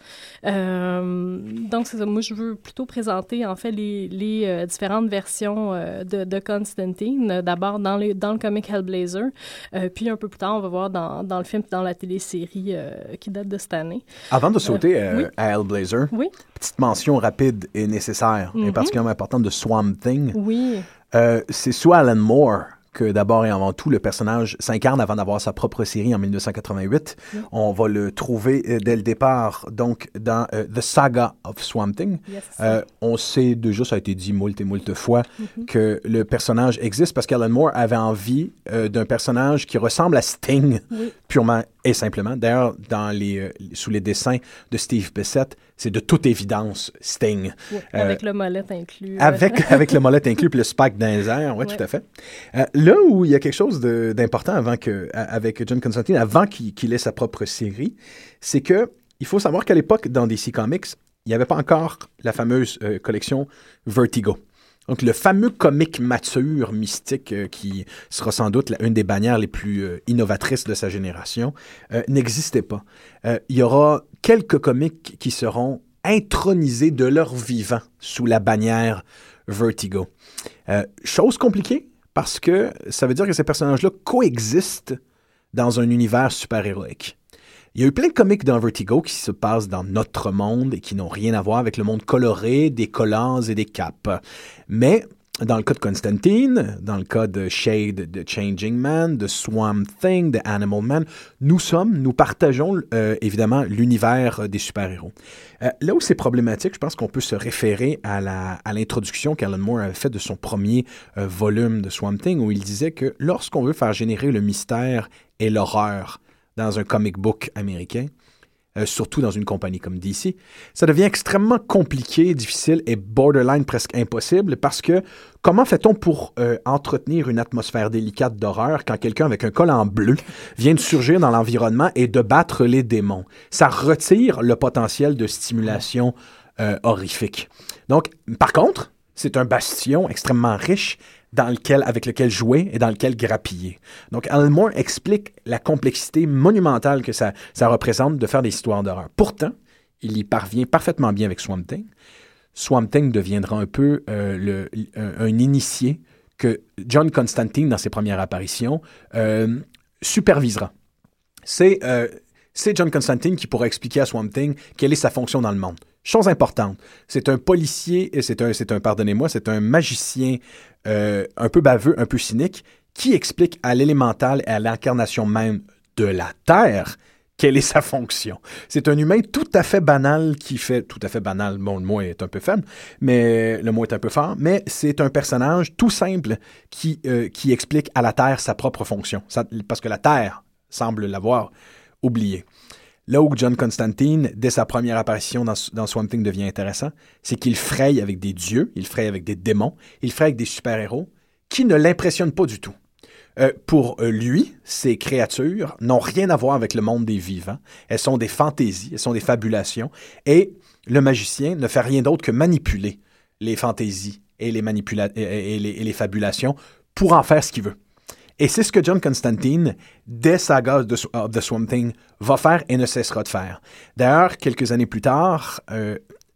Euh, donc, c'est ça. Moi, je veux plutôt présenter, en fait, les, les euh, différentes versions euh, de, de Constantine. D'abord, dans, les, dans le comic Hellblazer, euh, puis un peu plus tard, on va voir dans, dans le film, dans la télésérie euh, qui date de cette année. Avant de sauter euh, oui. à Hellblazer, Oui. petite mention rapide et nécessaire, et Mhm. particulièrement importante de Swamp Thing. Oui. Euh, c'est sous Alan Moore que d'abord et avant tout le personnage s'incarne avant d'avoir sa propre série en dix-neuf cent quatre-vingt-huit. Oui. On va le trouver euh, dès le départ donc dans euh, The Saga of Swamp Thing. Yes. Euh, on sait déjà, ça a été dit moult et moult fois, Mhm. que le personnage existe parce qu'Alan Moore avait envie euh, d'un personnage qui ressemble à Sting, Oui. purement et simplement. D'ailleurs, dans les, euh, sous les dessins de Steve Bissett, c'est de toute évidence Sting. Oui, Euh, avec le mollet inclus. euh. Avec, avec le mollet inclus puis le spike dans les airs, oui, Ouais. tout à fait. Euh, là où il y a quelque chose de- d'important avant que, à- avec John Constantine, avant qu'il qu'il ait sa propre série, c'est que il faut savoir qu'à l'époque, dans D C Comics, il n'y avait pas encore la fameuse euh, collection Vertigo. Donc, le fameux comic mature, mystique, euh, qui sera sans doute la- une des bannières les plus euh, innovatrices de sa génération, euh, n'existait pas. Euh, il y aura quelques comics qui seront intronisés de leur vivant sous la bannière Vertigo. Euh, chose compliquée, parce que ça veut dire que ces personnages-là coexistent dans un univers super-héroïque. Il y a eu plein de comics dans Vertigo qui se passent dans notre monde et qui n'ont rien à voir avec le monde coloré des collants et des capes. Mais dans le cas de Constantine, dans le cas de Shade, de Changing Man, de Swamp Thing, de Animal Man, nous sommes, nous partageons euh, évidemment l'univers des super-héros. Euh, là où c'est problématique, je pense qu'on peut se référer à, la, à l'introduction qu'Alan Moore avait faite de son premier euh, volume de Swamp Thing, où il disait que lorsqu'on veut faire générer le mystère et l'horreur dans un comic book américain, euh, surtout dans une compagnie comme D C, ça devient extrêmement compliqué, difficile et borderline presque impossible parce que comment fait-on pour euh, entretenir une atmosphère délicate d'horreur quand quelqu'un avec un collant bleu vient de surgir dans l'environnement et de battre les démons? Ça retire le potentiel de stimulation euh, horrifique. Donc, par contre, c'est un bastion extrêmement riche dans lequel, avec lequel jouer et dans lequel grappiller. Donc, Alan Moore explique la complexité monumentale que ça, ça représente de faire des histoires d'horreur. Pourtant, il y parvient parfaitement bien avec Swamp Thing. Swamp Thing deviendra un peu euh, le, un, un initié que John Constantine, dans ses premières apparitions, euh, supervisera. C'est, euh, c'est John Constantine qui pourra expliquer à Swamp Thing quelle est sa fonction dans le monde. Chose importante, c'est un policier, c'est un, c'est un, pardonnez-moi, c'est un magicien euh, un peu baveux, un peu cynique, qui explique à l'élémental et à l'incarnation même de la Terre quelle est sa fonction. C'est un humain tout à fait banal qui fait... Tout à fait banal, bon, le mot est un peu faible, mais le mot est un peu fort, mais c'est un personnage tout simple qui, euh, qui explique à la Terre sa propre fonction, ça, parce que la Terre semble l'avoir oublié. Là où John Constantine, dès sa première apparition dans, dans Swamp Thing, devient intéressant, c'est qu'il fraye avec des dieux, il fraye avec des démons, il fraye avec des super-héros qui ne l'impressionnent pas du tout. Euh, pour lui, ces créatures n'ont rien à voir avec le monde des vivants. Elles sont des fantaisies, elles sont des fabulations, et le magicien ne fait rien d'autre que manipuler les fantaisies et les, manipula- et, et les, et les fabulations pour en faire ce qu'il veut. Et c'est ce que John Constantine, dès Saga de uh, The Swamp Thing, va faire et ne cessera de faire. D'ailleurs, quelques années plus tard, euh,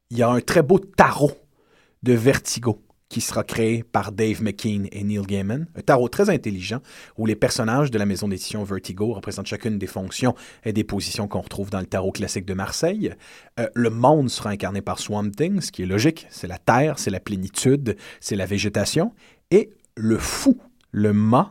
il y a un très beau tarot de Vertigo qui sera créé par Dave McKean et Neil Gaiman. Un tarot très intelligent où les personnages de la maison d'édition Vertigo représentent chacune des fonctions et des positions qu'on retrouve dans le tarot classique de Marseille. Euh, le monde sera incarné par Swamp Thing, ce qui est logique. C'est la terre, c'est la plénitude, c'est la végétation. Et le fou, le mât,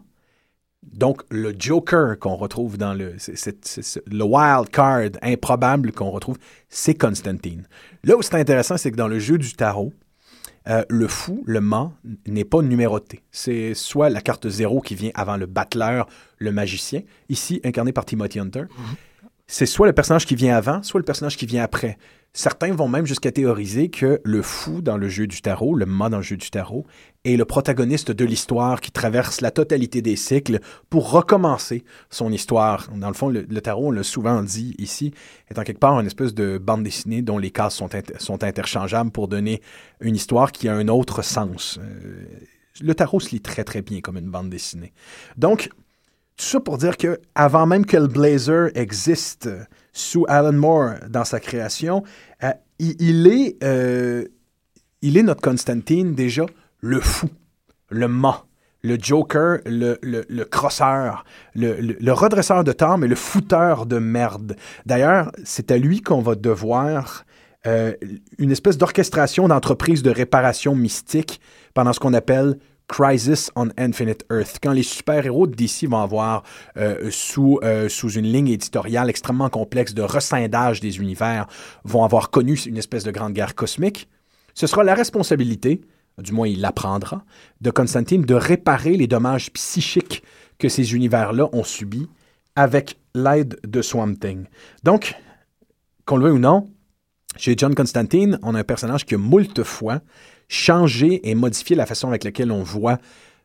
donc le Joker qu'on retrouve dans le... C'est, c'est, c'est, le wild card improbable qu'on retrouve, c'est Constantine. Là où c'est intéressant, c'est que dans le jeu du tarot, Euh, le fou, le mât, n'est pas numéroté. C'est soit la carte zéro qui vient avant le battleur, le magicien, ici incarné par Timothy Hunter. Mm-hmm. C'est soit le personnage qui vient avant, soit le personnage qui vient après. Certains vont même jusqu'à théoriser que le fou dans le jeu du tarot, le mât dans le jeu du tarot, est le protagoniste de l'histoire qui traverse la totalité des cycles pour recommencer son histoire. Dans le fond, le, le tarot, on l'a souvent dit ici, est en quelque part une espèce de bande dessinée dont les cases sont, inter- sont interchangeables pour donner une histoire qui a un autre sens. Euh, le tarot se lit très très bien comme une bande dessinée. Donc, tout ça pour dire que avant même que le Blazer existe sous Alan Moore dans sa création, euh, il, il, est, euh, il est notre Constantine déjà le fou, le mât, le Joker, le, le, le crosseur, le, le, le redresseur de tort, mais le fouteur de merde. D'ailleurs, c'est à lui qu'on va devoir euh, une espèce d'orchestration d'entreprise de réparation mystique pendant ce qu'on appelle Crisis on Infinite Earth, quand les super-héros de D C vont avoir, euh, sous, euh, sous une ligne éditoriale extrêmement complexe de rescindage des univers, vont avoir connu une espèce de grande guerre cosmique, ce sera la responsabilité, du moins il l'apprendra, de Constantine de réparer les dommages psychiques que ces univers-là ont subis avec l'aide de Swamp Thing. Donc, qu'on le veuille ou non, chez John Constantine, on a un personnage qui a moult fois changer et modifier la façon avec laquelle on voit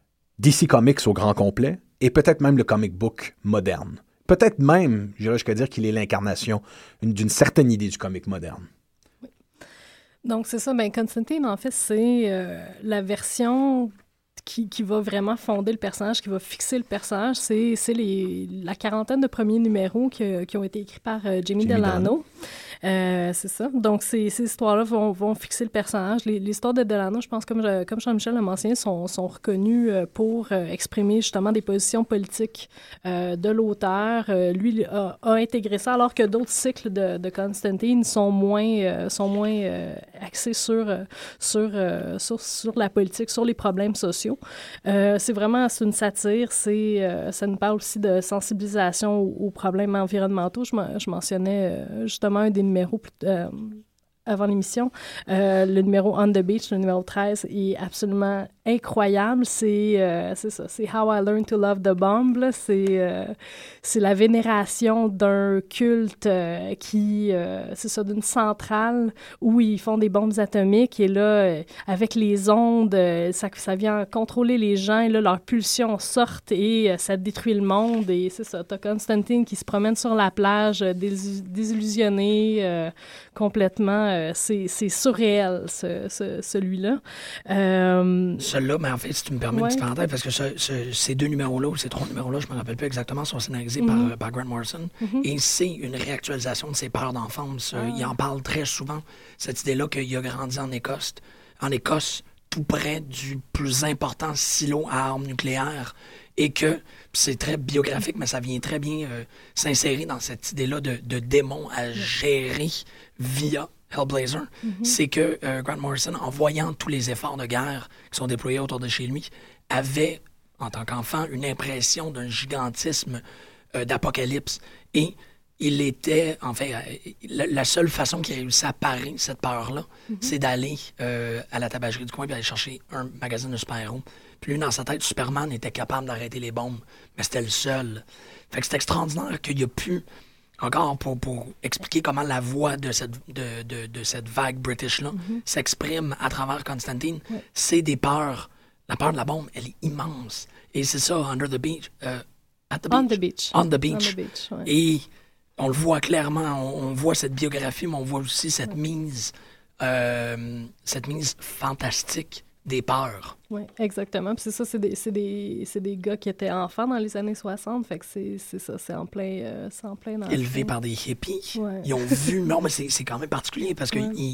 D C Comics au grand complet et peut-être même le comic book moderne. Peut-être même, j'irais jusqu'à dire qu'il est l'incarnation d'une certaine idée du comic moderne. Oui. Donc, c'est ça. Ben, Constantine, en fait, c'est euh, la version qui, qui va vraiment fonder le personnage, qui va fixer le personnage. C'est, c'est les, la quarantaine de premiers numéros qui, qui ont été écrits par euh, Jamie, Jamie Delano. Delano. Euh, c'est ça. Donc, ces, ces histoires-là vont, vont fixer le personnage. Les, les histoires de Delano, je pense, comme, je, comme Jean-Michel l'a mentionné, sont, sont reconnues pour euh, exprimer justement des positions politiques euh, de l'auteur. Euh, lui a, a intégré ça, alors que d'autres cycles de, de Constantine sont moins, euh, sont moins euh, axés sur, euh, sur, euh, sur, sur la politique, sur les problèmes sociaux. Euh, c'est vraiment c'est une satire. C'est, euh, ça nous parle aussi de sensibilisation aux, aux problèmes environnementaux. Je, je mentionnais euh, justement un des numéro euh, avant l'émission. Euh, le numéro On the Beach, le numéro treize, est absolument incroyable. C'est, euh, c'est ça, c'est How I Learned to Love the Bomb. Là. C'est, euh, c'est la vénération d'un culte euh, qui, euh, c'est ça, d'une centrale où ils font des bombes atomiques et là, euh, avec les ondes, euh, ça, ça vient contrôler les gens et là, leurs pulsions sortent et euh, ça détruit le monde et c'est ça, t'as Constantine qui se promène sur la plage, euh, dés- désillusionné euh, complètement. Euh, c'est, c'est surréel, ce, ce, celui-là. Euh, Celui-là, mais en fait, si tu me permets ouais. une petite parenthèse, parce que ce, ce, ces deux numéros-là ou ces trois numéros-là, je ne me rappelle plus exactement, sont scénarisés mm-hmm. par, par Grant Morrison. Mm-hmm. Et c'est une réactualisation de ses peurs d'enfance. Ah. Il en parle très souvent, cette idée-là qu'il a grandi en Écosse, en Écosse, tout près du plus important silo à armes nucléaires. Et que c'est très biographique, mais ça vient très bien euh, s'insérer dans cette idée-là de, de démon à gérer via Hellblazer. Mm-hmm. C'est que euh, Grant Morrison, en voyant tous les efforts de guerre qui sont déployés autour de chez lui, avait, en tant qu'enfant, une impression d'un gigantisme euh, d'apocalypse. Et il était, en fait, euh, la, la seule façon qu'il a réussi à parer cette peur-là, mm-hmm. c'est d'aller euh, à la tabagerie du coin et aller chercher un magazine de super-héros. Puis lui, dans sa tête, Superman était capable d'arrêter les bombes, mais c'était le seul. Fait que c'est extraordinaire qu'il y a pu, encore pour, pour expliquer comment la voix de cette, de, de, de cette vague British-là mm-hmm. s'exprime à travers Constantine, ouais. c'est des peurs. La peur de la bombe, elle est immense. Et c'est ça, Under the Beach. Euh, at the beach. On the Beach. On the Beach. On the beach ouais. Et on le voit clairement, on, on voit cette biographie, mais on voit aussi cette ouais. mise, euh, cette mise fantastique des peurs. Oui, exactement. Puis c'est ça, c'est des, c'est, des, c'est des gars qui étaient enfants dans les années soixante, fait que c'est, c'est ça, c'est en plein, euh, c'est en plein dans élevés par des hippies. Ouais. Ils ont vu, non, mais c'est, c'est quand même particulier parce que, ouais. ils,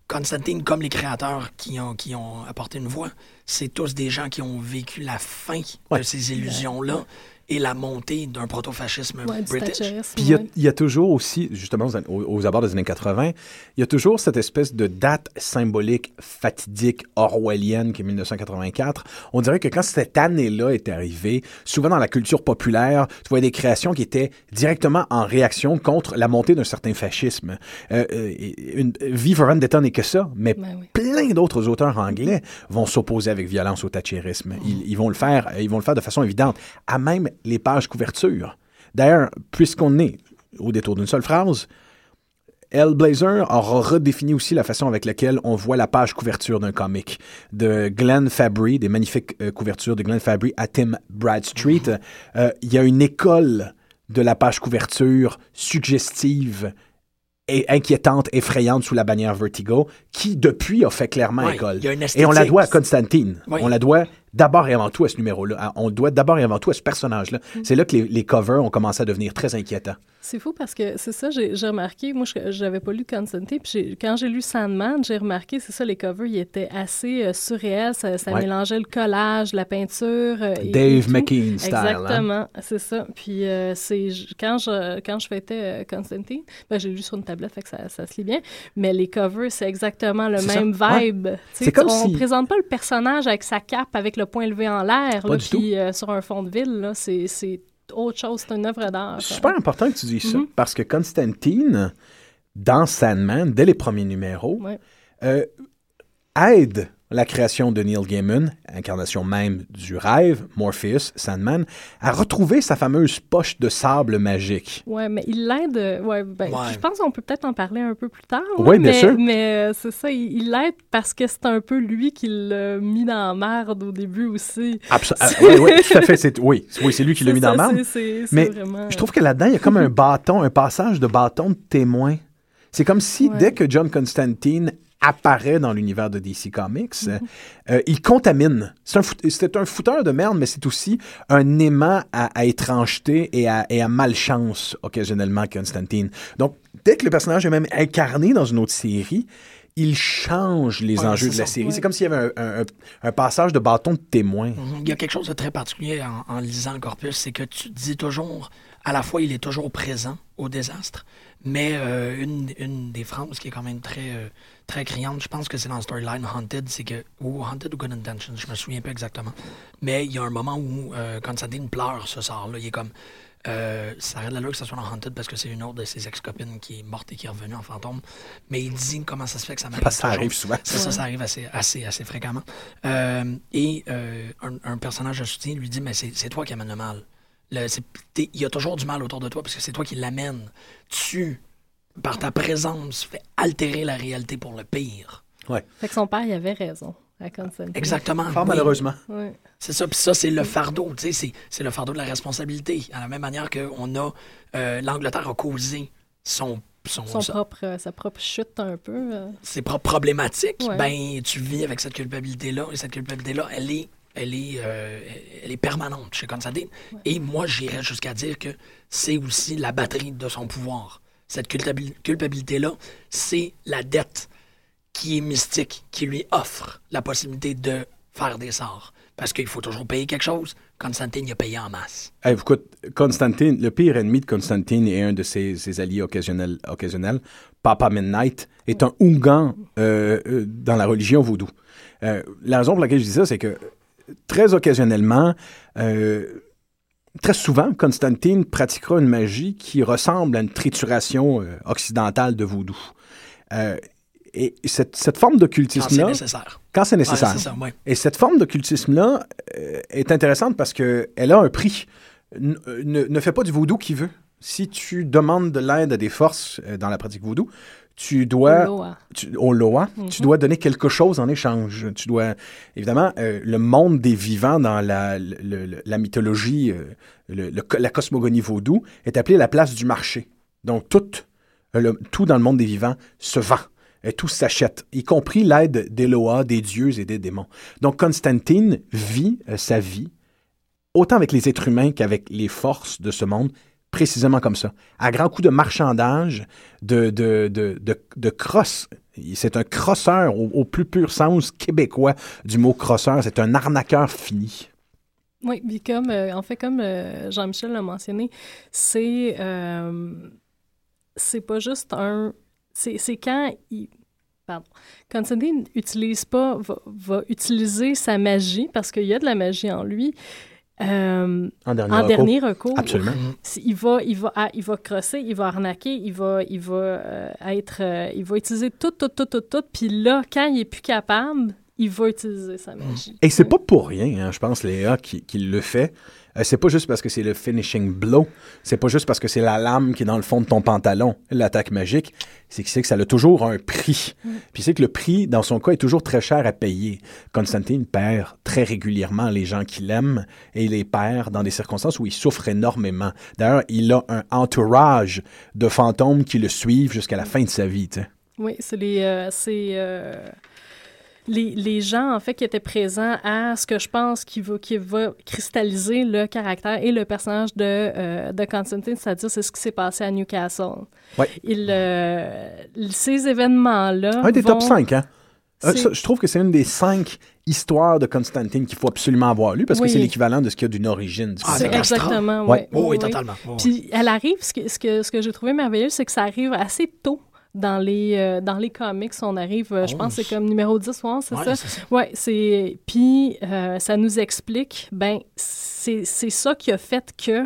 Constantine, comme les créateurs qui ont, qui ont apporté une voix, c'est tous des gens qui ont vécu la fin ouais. de ces illusions-là et la montée d'un proto-fascisme ouais, british. Puis il ouais. y, y a toujours aussi, justement, aux, aux abords des années quatre-vingts, il y a toujours cette espèce de date symbolique, fatidique, orwellienne qui est dix-neuf cent quatre-vingt-quatre. On dirait que quand cette année-là est arrivée, souvent dans la culture populaire, tu voyais des créations qui étaient directement en réaction contre la montée d'un certain fascisme. Euh, une, V for Vendetta n'est que ça, mais ben oui. plein d'autres auteurs anglais vont s'opposer avec violence au thatchérisme. Ils, ils vont le faire, ils vont le faire de façon évidente, à même les pages couverture. D'ailleurs, puisqu'on est au détour d'une seule phrase, Hellblazer aura redéfini aussi la façon avec laquelle on voit la page couverture d'un comic. De Glenn Fabry, des magnifiques euh, couvertures de Glenn Fabry à Tim Bradstreet, il euh, y a une école de la page couverture suggestive et inquiétante, effrayante sous la bannière Vertigo, qui depuis a fait clairement oui, école. Y a une et on la doit à Constantine. Oui. On la doit d'abord et avant tout à ce numéro-là. On doit d'abord et avant tout à ce personnage-là. Mm. C'est là que les, les covers ont commencé à devenir très inquiétants. C'est fou parce que c'est ça, j'ai, j'ai remarqué, moi je n'avais pas lu Constantine, puis j'ai, quand j'ai lu Sandman, j'ai remarqué, c'est ça, les covers, ils étaient assez euh, surréels, ça, ça ouais. mélangeait le collage, la peinture. Euh, et, Dave et McKean style. Exactement, hein? c'est ça. Puis euh, c'est, quand, je, quand je fêtais euh, Constantine, ben, j'ai lu sur une tablette, fait que ça, ça se lit bien, mais les covers, c'est exactement le c'est même ça. vibe. Ouais. C'est comme on ne si... présente pas le personnage avec sa cape, avec le poing levé en l'air, là, puis euh, sur un fond de ville, là, c'est... c'est autre chose, c'est une œuvre d'art. C'est super important que tu dises ça, mm-hmm. parce que Constantine, dans Sandman, dès les premiers numéros, ouais. euh, aide la création de Neil Gaiman, incarnation même du rêve, Morpheus, Sandman, à retrouver sa fameuse poche de sable magique. Oui, mais il l'aide... Ouais, ben, ouais. Je pense qu'on peut peut-être en parler un peu plus tard. Oui, bien mais, sûr. Mais c'est ça, il, il l'aide parce que c'est un peu lui qui l'a mis dans la merde au début aussi. Absolument. oui, oui, tout à fait. C'est, oui, oui, c'est lui qui l'a mis ça, dans la merde. C'est, c'est, mais c'est vraiment... je trouve que là-dedans, il y a comme un bâton, un passage de bâton de témoin. C'est comme si, ouais. dès que John Constantine apparaît dans l'univers de D C Comics, mm-hmm. euh, il contamine. C'est un, fout- c'est un fouteur de merde, mais c'est aussi un aimant à, à étrangeté et à, et à malchance, occasionnellement, Constantine. Donc, dès que le personnage est même incarné dans une autre série, il change les ouais, enjeux de la ça. série. Ouais. C'est comme s'il y avait un, un, un passage de bâton de témoin. Mm-hmm. Il y a quelque chose de très particulier en, en lisant le corpus, c'est que tu dis toujours, à la fois, il est toujours présent au désastre, mais euh, une, une des phrases qui est quand même très... Euh, très criante, je pense que c'est dans le storyline Haunted, c'est que, ou Haunted ou Good Intentions, je me souviens pas exactement, mais il y a un moment où euh, Constantine pleure ce sort-là, il est comme, euh, ça arrête l'allure que ce soit dans Haunted parce que c'est une autre de ses ex-copines qui est morte et qui est revenue en fantôme, mais il dit comment ça se fait que ça m'arrive. Parce que ça arrive souvent. C'est ouais. ça, ça arrive assez, assez, assez fréquemment. Euh, et euh, un, un personnage de soutien lui dit, mais c'est, c'est toi qui amène le mal. Le, c'est, il y a toujours du mal autour de toi parce que c'est toi qui l'amène. Tu... par ta présence, fait altérer la réalité pour le pire. Ouais. Fait que son père, il avait raison à Constantine. Exactement. Fort oui. malheureusement. Oui. C'est ça, puis ça, c'est le fardeau, tu sais, c'est, c'est le fardeau de la responsabilité. À la même manière qu'on a, euh, l'Angleterre a causé son... Son, son ça, propre, euh, sa propre chute un peu. Euh... Ses propres problématiques, ouais. ben, tu vis avec cette culpabilité-là, et cette culpabilité-là, elle est... Elle est, euh, elle est permanente chez Constantine. Ouais. Et moi, j'irais jusqu'à dire que c'est aussi la batterie de son pouvoir. Cette culpabilité-là, c'est la dette qui est mystique, qui lui offre la possibilité de faire des sorts. Parce qu'il faut toujours payer quelque chose. Constantine, il a payé en masse. Hey, écoute, Constantine, le pire ennemi de Constantine et un de ses, ses alliés occasionnels, occasionnels, Papa Midnight, est un Ougan euh, euh, dans la religion vaudou. Euh, la raison pour laquelle je dis ça, c'est que très occasionnellement, euh, très souvent, Constantine pratiquera une magie qui ressemble à une trituration euh, occidentale de vaudou. Euh, et cette, cette forme d'occultisme-là... Quand c'est nécessaire. Quand c'est nécessaire. Ouais, c'est ça, ouais. Et cette forme d'occultisme-là euh, est intéressante parce qu'elle a un prix. N- ne, ne fais pas du vaudou qui veut. Si tu demandes de l'aide à des forces euh, dans la pratique vaudou, tu dois... Au Loa. Tu, au Loa, mm-hmm. tu dois donner quelque chose en échange. Tu dois... Évidemment, euh, le monde des vivants dans la, le, le, la mythologie, euh, le, le, la cosmogonie vaudou, est appelée la place du marché. Donc, tout, euh, le, tout dans le monde des vivants se vend. Et tout s'achète, y compris l'aide des Loa, des dieux et des démons. Donc, Constantine vit euh, sa vie, autant avec les êtres humains qu'avec les forces de ce monde, précisément comme ça. À grands coups de marchandage, de, de, de, de, de crosse. C'est un crosseur au, au plus pur sens québécois du mot crosseur. C'est un arnaqueur fini. Oui, puis comme, euh, en fait, comme euh, Jean-Michel l'a mentionné, c'est, euh, c'est pas juste un... C'est, c'est quand il... Pardon. Constantine utilise pas, va, va utiliser sa magie, parce qu'il y a de la magie en lui, euh, en dernier en recours. Dernier recours. Absolument. Il va, il va, ah, il va crosser, il va arnaquer, il va, il va euh, être... Euh, il va utiliser tout, tout, tout, tout, tout, puis là, quand il est plus capable... il va utiliser sa magie. Et c'est pas pour rien, hein, je pense, Léa, qui, qui le fait. Euh, c'est pas juste parce que c'est le finishing blow. C'est pas juste parce que c'est la lame qui est dans le fond de ton pantalon, l'attaque magique. C'est que c'est que ça a toujours un prix. Mm. Puis c'est que le prix, dans son cas, est toujours très cher à payer. Constantine perd très régulièrement les gens qu'il aime et il les perd dans des circonstances où il souffre énormément. D'ailleurs, il a un entourage de fantômes qui le suivent jusqu'à la fin de sa vie, tu sais. Oui, c'est les... Euh, c'est... Euh... Les, les gens, en fait, qui étaient présents à ce que je pense qui va, qui va cristalliser le caractère et le personnage de, euh, de Constantine, c'est-à-dire c'est ce qui s'est passé à Newcastle. Ouais. Il, euh, ces événements-là Un des vont... top cinq, hein? Euh, ça, je trouve que c'est une des cinq histoires de Constantine qu'il faut absolument avoir lu parce oui. que c'est l'équivalent de ce qu'il y a d'une origine. Du ah, c'est exactement, oui. Ouais. Oh, oui, oui, totalement. Oh, Puis elle arrive, ce que, ce que, ce que j'ai trouvé merveilleux, c'est que ça arrive assez tôt. Dans les, euh, dans les comics, on arrive, euh, je pense que c'est comme numéro dix ou onze, c'est ouais, ça? C'est ça? Oui, c'est... Puis, euh, ça nous explique, ben, c'est, c'est ça qui a fait que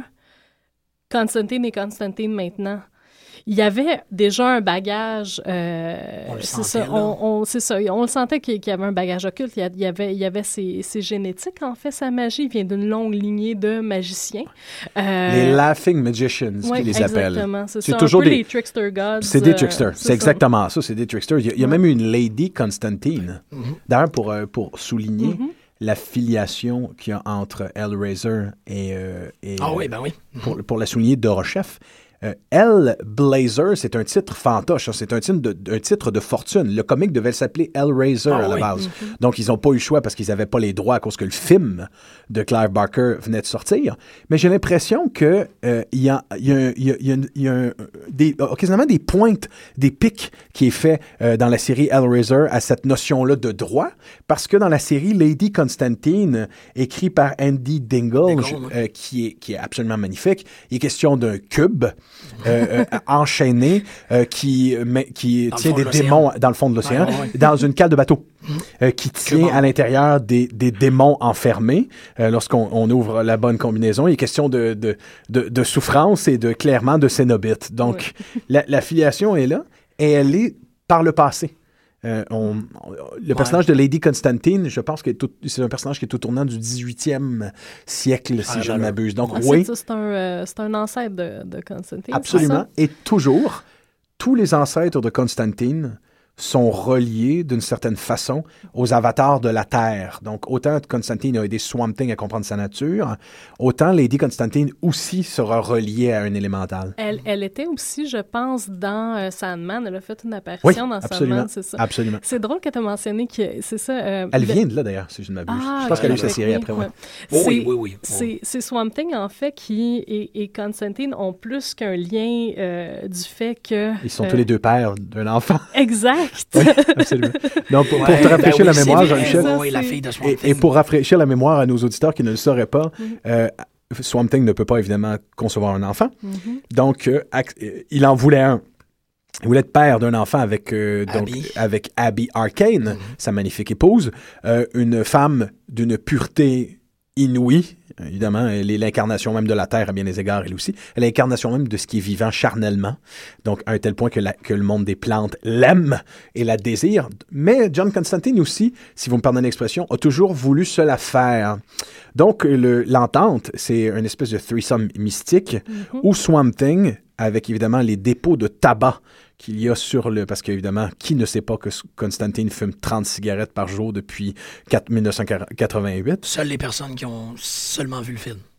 Constantine est Constantine maintenant. Il y avait déjà un bagage... Euh, on le c'est sentait, ça, là. on, on, c'est ça, on le sentait qu'il, qu'il y avait un bagage occulte. Il y avait, il y avait ses, ses génétiques, en fait, sa magie. Il vient d'une longue lignée de magiciens. Euh, les Laughing Magicians, ouais, qui les appellent. Exactement, c'est, c'est ça. toujours un peu des... les Trickster Gods. C'est des tricksters, euh, c'est, c'est exactement ça, c'est des tricksters. Il y a, il y a ouais. même eu une Lady Constantine. Mm-hmm. D'ailleurs, pour, euh, pour souligner... Mm-hmm. la filiation qu'il y a entre Hellraiser et... Euh, et ah oui, ben oui. Mm-hmm. Pour, pour la souligner, Dorochef. Euh, Hellblazer, c'est un titre fantoche, hein, c'est un titre, de, un titre de fortune. Le comic devait s'appeler Hellraiser ah, à la oui. base. Mm-hmm. Donc, ils n'ont pas eu le choix parce qu'ils n'avaient pas les droits à cause que le film de Clive Barker venait de sortir. Mais j'ai l'impression qu'il euh, y a, y a, y a, y a, y a un, des, occasionnellement des pointes, des pics qui est fait euh, dans la série Hellraiser à cette notion-là de droit parce que dans la série Lady Constantine, écrit par Andy Dingle, Dingle euh, qui, est, qui est absolument magnifique, il est question d'un cube Euh, euh, enchaîné euh, qui, mais, qui tient des démons dans le fond de l'océan, ouais, ouais. dans une cale de bateau, euh, qui tient à l'intérieur des, des démons enfermés. Euh, lorsqu'on on ouvre la bonne combinaison, il est question de, de, de, de souffrance et de clairement de cénobites. Donc, oui. la, la filiation est là et elle est par le passé. Euh, on, on, le personnage ouais. de Lady Constantine, je pense que tout, c'est un personnage qui est au tournant du dix-huitième siècle, si ah, je ne m'abuse. Donc, ah, oui. C'est, c'est, un, euh, c'est un ancêtre de, de Constantine. Absolument. Et toujours, tous les ancêtres de Constantine sont reliés d'une certaine façon aux avatars de la Terre. Donc, autant Constantine a aidé Swamp Thing à comprendre sa nature, autant Lady Constantine aussi sera reliée à un élémental. Elle, elle était aussi, je pense, dans euh, Sandman. Elle a fait une apparition oui, dans absolument, Sandman, c'est ça. Absolument. C'est drôle que tu as mentionné que c'est ça. Euh, elle le... vient de là, d'ailleurs, si je ne m'abuse. Ah, je pense qu'elle a eu sa série oui, après. Ouais. Ouais. Oh, oui, oui, oui. C'est, oui. c'est Swamp Thing, en fait, qui et, et Constantine ont plus qu'un lien euh, du fait que... Ils sont euh, tous les deux pères d'un enfant. Exact. Oui, absolument. Donc, pour, ouais, pour te rafraîchir ben oui, la mémoire, Jean-Michel, ça, oui, la fille de Swamp Thing. Et, et pour rafraîchir la mémoire à nos auditeurs qui ne le sauraient pas, Mm-hmm. euh, Swamp Thing ne peut pas évidemment concevoir un enfant. Mm-hmm. Donc, euh, il en voulait un. Il voulait être père d'un enfant avec, euh, donc, Abby. avec Abby Arcane, mm-hmm. sa magnifique épouse, euh, une femme d'une pureté inouïe. Évidemment, elle est l'incarnation même de la Terre à bien des égards, elle aussi. Elle est l'incarnation même de ce qui est vivant charnellement. Donc, à un tel point que, la, que le monde des plantes l'aime et la désire. Mais John Constantine aussi, si vous me pardonnez l'expression, a toujours voulu se la faire. Donc, le, l'entente, c'est une espèce de threesome mystique mm-hmm. où Swamp Thing, avec évidemment les dépôts de tabac qu'il y a sur le... Parce qu'évidemment, qui ne sait pas que Constantine fume trente cigarettes par jour depuis mille neuf cent quatre-vingt-huit? Seules les personnes qui ont seulement vu le film.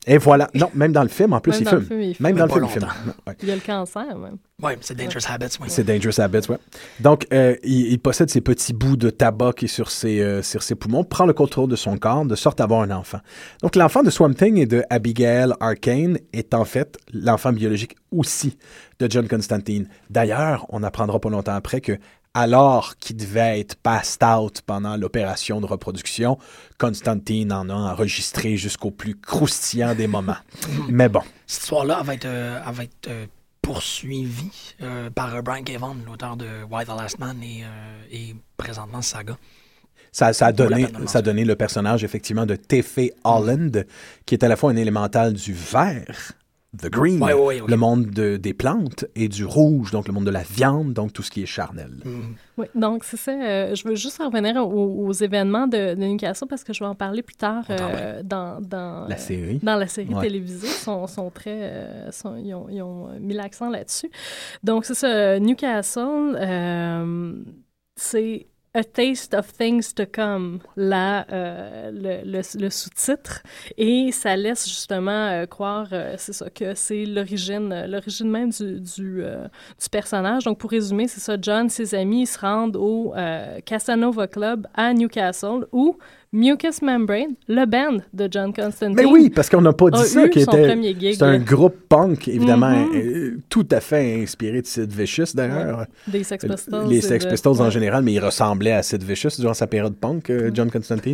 Et voilà. Non, même dans le film, en plus, Même il dans fume. le film, il fume. Même dans le Pas film, il fume. longtemps. Ouais. Il y a le cancer, même. Oui, c'est Dangerous Habits, oui. C'est Dangerous Habits, oui. Donc, euh, il, il possède ces petits bouts de tabac qui est sur ses, euh, sur ses poumons, prend le contrôle de son corps, de sorte à avoir un enfant. Donc, l'enfant de Swamp Thing et de Abigail Arcane est en fait l'enfant biologique aussi de John Constantine. D'ailleurs, on apprendra pas longtemps après que alors qu'il devait être passed out pendant l'opération de reproduction, Constantine en a enregistré jusqu'au plus croustillant des moments. Mais bon. Cette histoire-là, elle va être, euh, elle va être euh, poursuivie euh, par euh, Brian K. Vaughan, l'auteur de Why the Last Man et, euh, et présentement Saga. Ça, ça, a Vaut la donné, peine de le ça a donné le personnage, effectivement, de Tefé Holland, qui est à la fois un élémental du vert, the green, Ouais, ouais, ouais, okay. le monde de, des plantes, et du rouge, donc le monde de la viande, donc tout ce qui est charnel. Mm. Oui, donc c'est ça. Euh, je veux juste revenir aux, aux événements de, de Newcastle parce que je vais en parler plus tard euh, dans, dans La série. Dans la série Ouais. télévisée. Ils sont, sont très, euh, sont- ils, ont, ils ont mis l'accent là-dessus. Donc c'est ça. Newcastle, euh, c'est A Taste of Things to Come, là, euh, le, le, le sous-titre, et ça laisse justement euh, croire, euh, c'est ça, que c'est l'origine, euh, l'origine même du, du, euh, du personnage. Donc, pour résumer, c'est ça, John, ses amis, ils se rendent au euh, Casanova Club à Newcastle, où Mucous Membrane, le band de John Constantine. Mais oui, parce qu'on n'a pas dit a ça, eu qui son était... premier gig. C'est un groupe punk, évidemment, Mhm. euh, tout à fait inspiré de Sid Vicious, d'ailleurs. Ouais. Des Sex Pistols. Les et Sex de- Pistols en ouais. général, mais il ressemblait à Sid Vicious durant sa période punk, euh, John Constantine.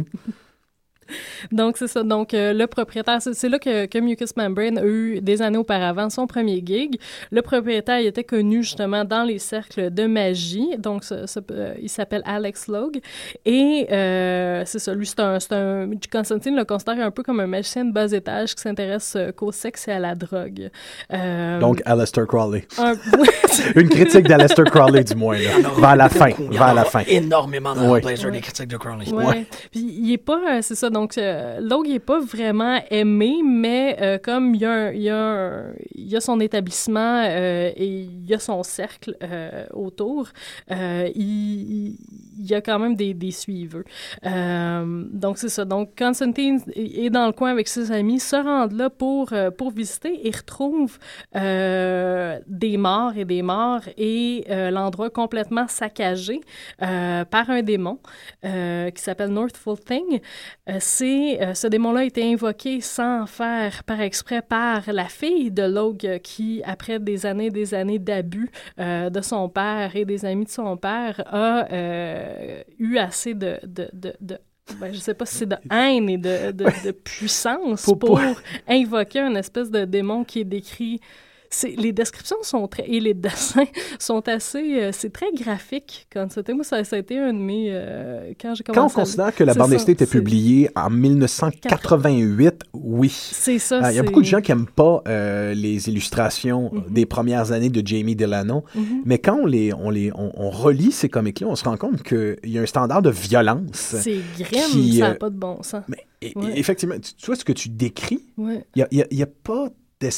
Donc, c'est ça. Donc, euh, le propriétaire, c'est, c'est là que, que Mucous Membrane a eu, des années auparavant, son premier gig. Le propriétaire, il était connu, justement, dans les cercles de magie. Donc, ça, ça, euh, il s'appelle Alex Logue. Et euh, c'est ça. Lui, c'est un, c'est un... Constantine le considère un peu comme un magicien de bas étage qui s'intéresse euh, qu'au sexe et à la drogue. Euh, Donc, Aleister Crowley. un... Une critique d'Aleister Crowley, du moins, là. Il y en aura Vers la fin. beaucoup. Il y en Vers la aura fin. énormément dans Ouais. Blazer, Ouais. des critiques de Crowley. Ouais. Ouais. Puis il est pas, euh, c'est ça, donc euh, Logue, il est pas vraiment aimé, mais euh, comme il y a, un- il y a, un- il y a son établissement euh, et il y a son cercle euh, autour, euh, il, il- il y a quand même des, des suiveurs. Euh, donc c'est ça. Donc Constantine est est dans le coin avec ses amis, se rendent là pour, euh, pour visiter et retrouve euh, des morts et des morts et euh, l'endroit complètement saccagé euh, par un démon euh, qui s'appelle Northful Thing. Euh, c'est, euh, ce démon-là a été invoqué sans faire par exprès par la fille de Logue euh, qui, après des années et des années d'abus euh, de son père et des amis de son père, a euh, eu assez de... de, de, de ben, je sais pas si c'est de haine et de, de, de puissance Pour- pour, pour- invoquer un espèce de démon qui est décrit... C'est, les descriptions sont très... Et les dessins sont assez... euh, c'est très graphique, quand c'était... Moi, ça, ça a été un de mes... euh, quand j'ai commencé Quand on à- considère que la c'est bande ça, dessinée était c'est- publiée en dix-neuf cent quatre-vingt-huit, oui. C'est ça, Euh, Il y a c'est- beaucoup de gens qui n'aiment pas euh, les illustrations euh, Mhm. des premières années de Jamie Delano, Mhm. mais quand on, les, on, les, on, on relit ces comics-là, on se rend compte qu'il y a un standard de violence. C'est grim, qui, ça n'a euh, pas de bon sens. Mais et- Ouais. et effectivement, tu, tu vois ce que tu décris, Ouais. il n'y a, il y a- il y a pas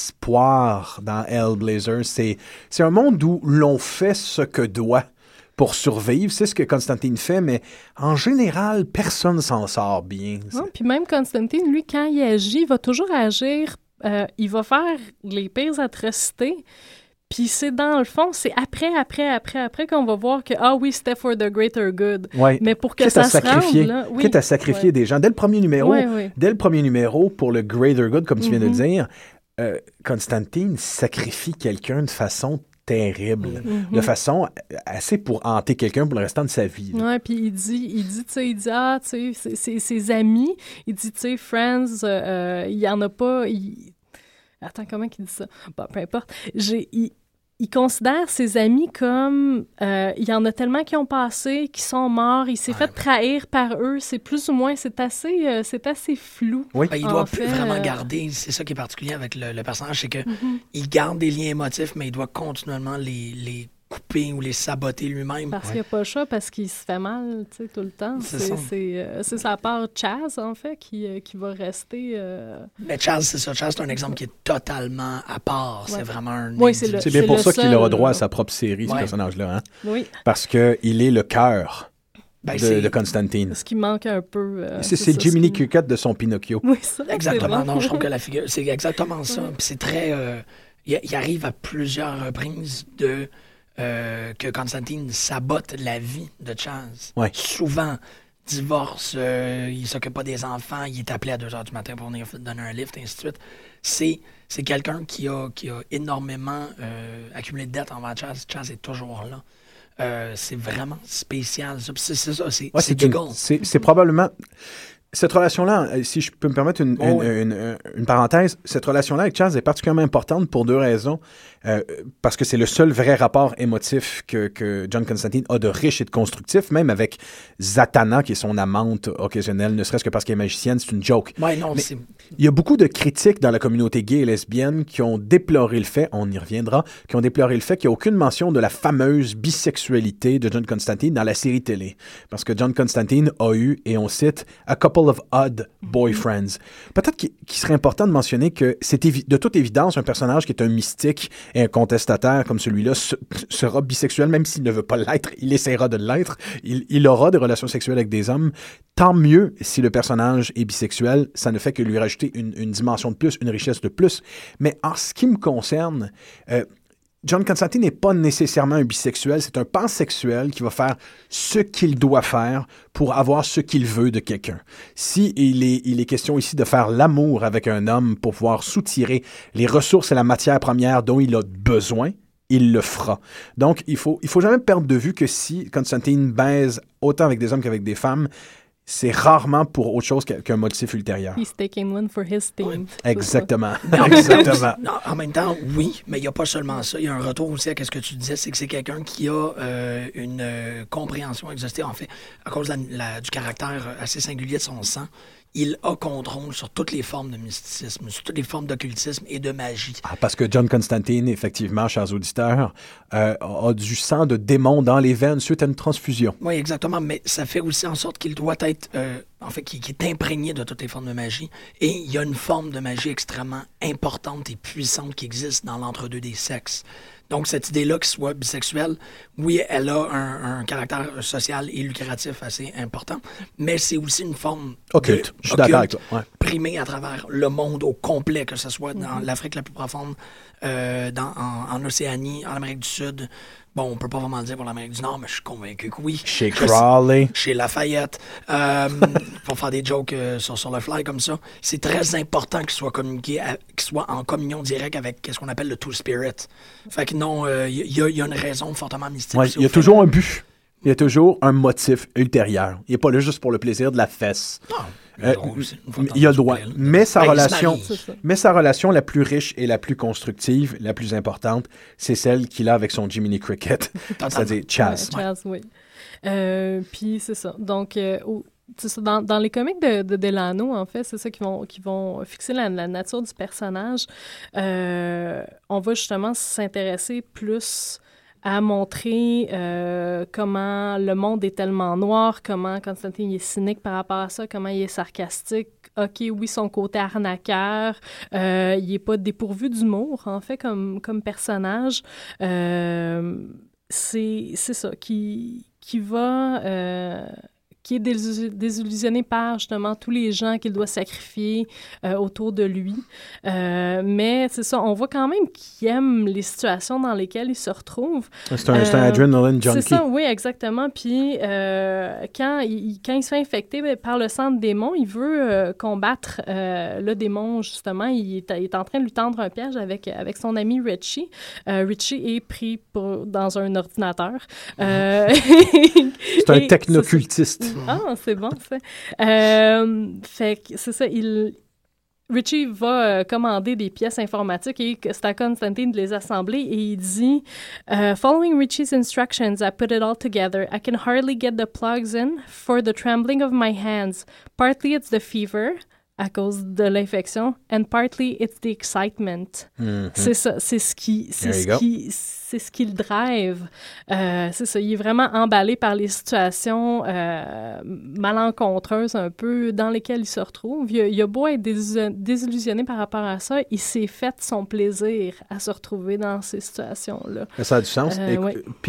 d'espoir dans Hellblazer. C'est, c'est un monde où l'on fait ce que doit pour survivre. C'est ce que Constantine fait, mais en général, personne s'en sort bien. Non, puis même Constantine, lui, quand il agit, il va toujours agir, euh, il va faire les pires atrocités. Puis c'est dans le fond, c'est après, après, après, après qu'on va voir que, ah oui, c'était for the greater good. Ouais. Mais pour que Quitte ça à se rende, sacrifier, là, oui. quitte à sacrifier Ouais. des gens. Dès le premier numéro, Ouais, ouais. dès le premier numéro, pour le greater good, comme tu viens de Mhm. dire, euh, Constantine sacrifie quelqu'un de façon terrible, Mhm. de façon assez pour hanter quelqu'un pour le restant de sa vie. là. Ouais, puis il dit, il dit, tu sais, il dit, ah, tu sais, c'est- c'est- ses amis, il dit, tu sais, Friends, euh, euh, il y en a pas, il... Attends, comment qu'il dit ça? Bon, peu importe. J'ai... Il... Il considère ses amis comme... euh, il y en a tellement qui ont passé, qui sont morts. Il s'est Ouais. fait trahir par eux. C'est plus ou moins... C'est assez, euh, c'est assez flou. Oui. Ben, il En doit plus fait, vraiment euh, garder, c'est ça qui est particulier avec le, le personnage, c'est que Mhm. il garde des liens émotifs, mais il doit continuellement les, les couper ou les saboter lui-même. Parce qu'il n'y a pas le choix, parce qu'il se fait mal, tu sais, tout le temps. C'est C'est, ça. c'est, euh, c'est sa part Chaz, en fait, qui, euh, qui va rester... euh, Mais Chaz, c'est ça. Chaz, c'est un exemple qui est totalement à part. Ouais. C'est vraiment un... Oui, c'est le- C'est bien c'est pour le ça qu'il seul, aura droit à là. sa propre série, ce Ouais. personnage-là. Hein? Oui. Parce qu'il est le cœur Ben, de, c'est- de Constantine. Ce qui manque un peu. euh, C'est, c'est ça, Jiminy ce qui- Cricket de son Pinocchio. Oui, ça, Exactement. c'est bon. Non, je trouve que la figure, c'est exactement ça. Ouais. Puis c'est très. euh, il, il arrive à plusieurs reprises de euh, que Constantine sabote la vie de Chaz. Ouais. Souvent, divorce, euh, il s'occupe pas des enfants, il est appelé à deux heures du matin pour venir donner un lift, ainsi de suite. C'est, c'est quelqu'un qui a, qui a énormément euh, accumulé de dettes envers Chaz. Chaz est toujours là. Euh, c'est vraiment spécial. Ça. Puis C'est, c'est ça, c'est, Ouais, c'est c'est, une- Diggle. c'est, c'est probablement... Cette relation-là, euh, si je peux me permettre une, Oh, une, oui. une- une- une parenthèse, cette relation-là avec Chaz est particulièrement importante pour deux raisons. Euh, parce que c'est le seul vrai rapport émotif que, que John Constantine a de riche et de constructif, même avec Zatanna, qui est son amante occasionnelle, ne serait-ce que parce qu'elle est magicienne, c'est une joke. Ouais, non, Mais c'est. il y a beaucoup de critiques dans la communauté gay et lesbienne qui ont déploré le fait, on y reviendra, qui ont déploré le fait qu'il n'y a aucune mention de la fameuse bisexualité de John Constantine dans la série télé. Parce que John Constantine a eu, et on cite, « a couple of odd boyfriends ». Peut-être qu'il, qu'il serait important de mentionner que c'est évi- de toute évidence un personnage qui est un mystique et un contestataire comme celui-là se- sera bisexuel, même s'il ne veut pas l'être, il essaiera de l'être. Il, il aura des relations sexuelles avec des hommes. Tant mieux si le personnage est bisexuel, ça ne fait que lui rajouter une, une dimension de plus, une richesse de plus. Mais en ce qui me concerne, euh, John Constantine n'est pas nécessairement un bisexuel, c'est un pansexuel qui va faire ce qu'il doit faire pour avoir ce qu'il veut de quelqu'un. Si il est, il est question ici de faire l'amour avec un homme pour pouvoir soutirer les ressources et la matière première dont il a besoin, il le fera. Donc, il faut, il faut jamais perdre de vue que si Constantine baise autant avec des hommes qu'avec des femmes, c'est rarement pour autre chose qu'un motif ultérieur. He's taking one for his team. C'est Exactement. Mais en même temps, Exactement. non, en même temps, oui, mais il n'y a pas seulement ça. Il y a un retour aussi à ce que tu disais, c'est que c'est quelqu'un qui a euh, une euh, compréhension exhaustive. En fait, à cause de la- la- du caractère assez singulier de son sang, il a contrôle sur toutes les formes de mysticisme, sur toutes les formes d'occultisme et de magie. Ah, parce que John Constantine, effectivement, chers auditeurs, euh, a du sang de démon dans les veines suite à une transfusion. Oui, exactement, mais ça fait aussi en sorte qu'il doit être, euh, en fait, qu'il, qu'il est imprégné de toutes les formes de magie. Et il y a une forme de magie extrêmement importante et puissante qui existe dans l'entre-deux des sexes. Donc, cette idée-là qu'il soit bisexuel, oui, elle a un, un caractère social et lucratif assez important, mais c'est aussi une forme Occulte. de- Je suis d'accord avec occulte, toi. Ouais. primée à travers le monde au complet, que ce soit dans l'Afrique la plus profonde, euh, dans, en, en Océanie, en Amérique du Sud. Bon, on peut pas vraiment le dire pour l'Amérique du Nord, mais je suis convaincu que oui. Chez Je- Crowley. Chez Lafayette. Euh, pour faire des jokes euh, sur, sur le fly comme ça. C'est très important qu'il soit communiqué, à- qu'il soit en communion directe avec ce qu'on appelle le Two Spirit. Fait que non, il euh, y, y, a, y a une raison fortement mystique. Ouais, aussi il y a au fait. toujours un but. Il y a toujours un motif ultérieur. Il n'est pas là juste pour le plaisir de la fesse. Non, il Euh, a le droit aussi, une fois de temps, il a le s'il vous droit. plaît, là. Mais sa Ben, il se relation, marie. C'est ça. mais sa relation la plus riche et la plus constructive, la plus importante, c'est celle qu'il a avec son Jiminy Cricket, c'est-à-dire Chaz. Ouais, Chaz, oui. Euh, Puis c'est ça. Donc, euh, au- c'est ça, dans, dans les comics de, de Delano, en fait, c'est ça qui vont, qui vont fixer la, la nature du personnage. Euh, on va justement s'intéresser plus à montrer euh, comment le monde est tellement noir, comment Constantine est cynique par rapport à ça, comment il est sarcastique. OK, oui, son côté arnaqueur, euh, il n'est pas dépourvu d'humour, en fait, comme, comme personnage. Euh, c'est, c'est ça, qui, qui va... Euh, qui est désillu- désillusionné par, justement, tous les gens qu'il doit sacrifier euh, autour de lui. Euh, mais, c'est ça, on voit quand même qu'il aime les situations dans lesquelles il se retrouve. C'est un, c'est un Euh, adrenaline junkie. C'est ça, oui, exactement. Puis, euh, quand, il, quand il se fait infecter ben, par le sang de démon, il veut euh, combattre euh, le démon, justement. Il est, il est en train de lui tendre un piège avec, avec son ami Richie. Euh, Richie est pris pour, dans un ordinateur. Euh, C'est un et technocultiste. c'est ça. Ah, c'est bon, ça. Euh, fait que c'est ça, il... Richie va euh, commander des pièces informatiques et c'est à Constantine de les assembler et il dit uh, Following Richie's instructions, I put it all together. I can hardly get the plugs in for the trembling of my hands. Partly it's the fever à cause de l'infection and partly it's the excitement. Mhm. C'est ça, c'est ce qui, c'est There you ce go. qui, c'est ce qui le drive. Euh, c'est ça, il est vraiment emballé par les situations euh, malencontreuses un peu dans lesquelles il se retrouve. Il a, il a beau être désillusion- désillusionné par rapport à ça, il s'est fait son plaisir à se retrouver dans ces situations-là. Ça a du sens. Euh, Et- ouais. Puis,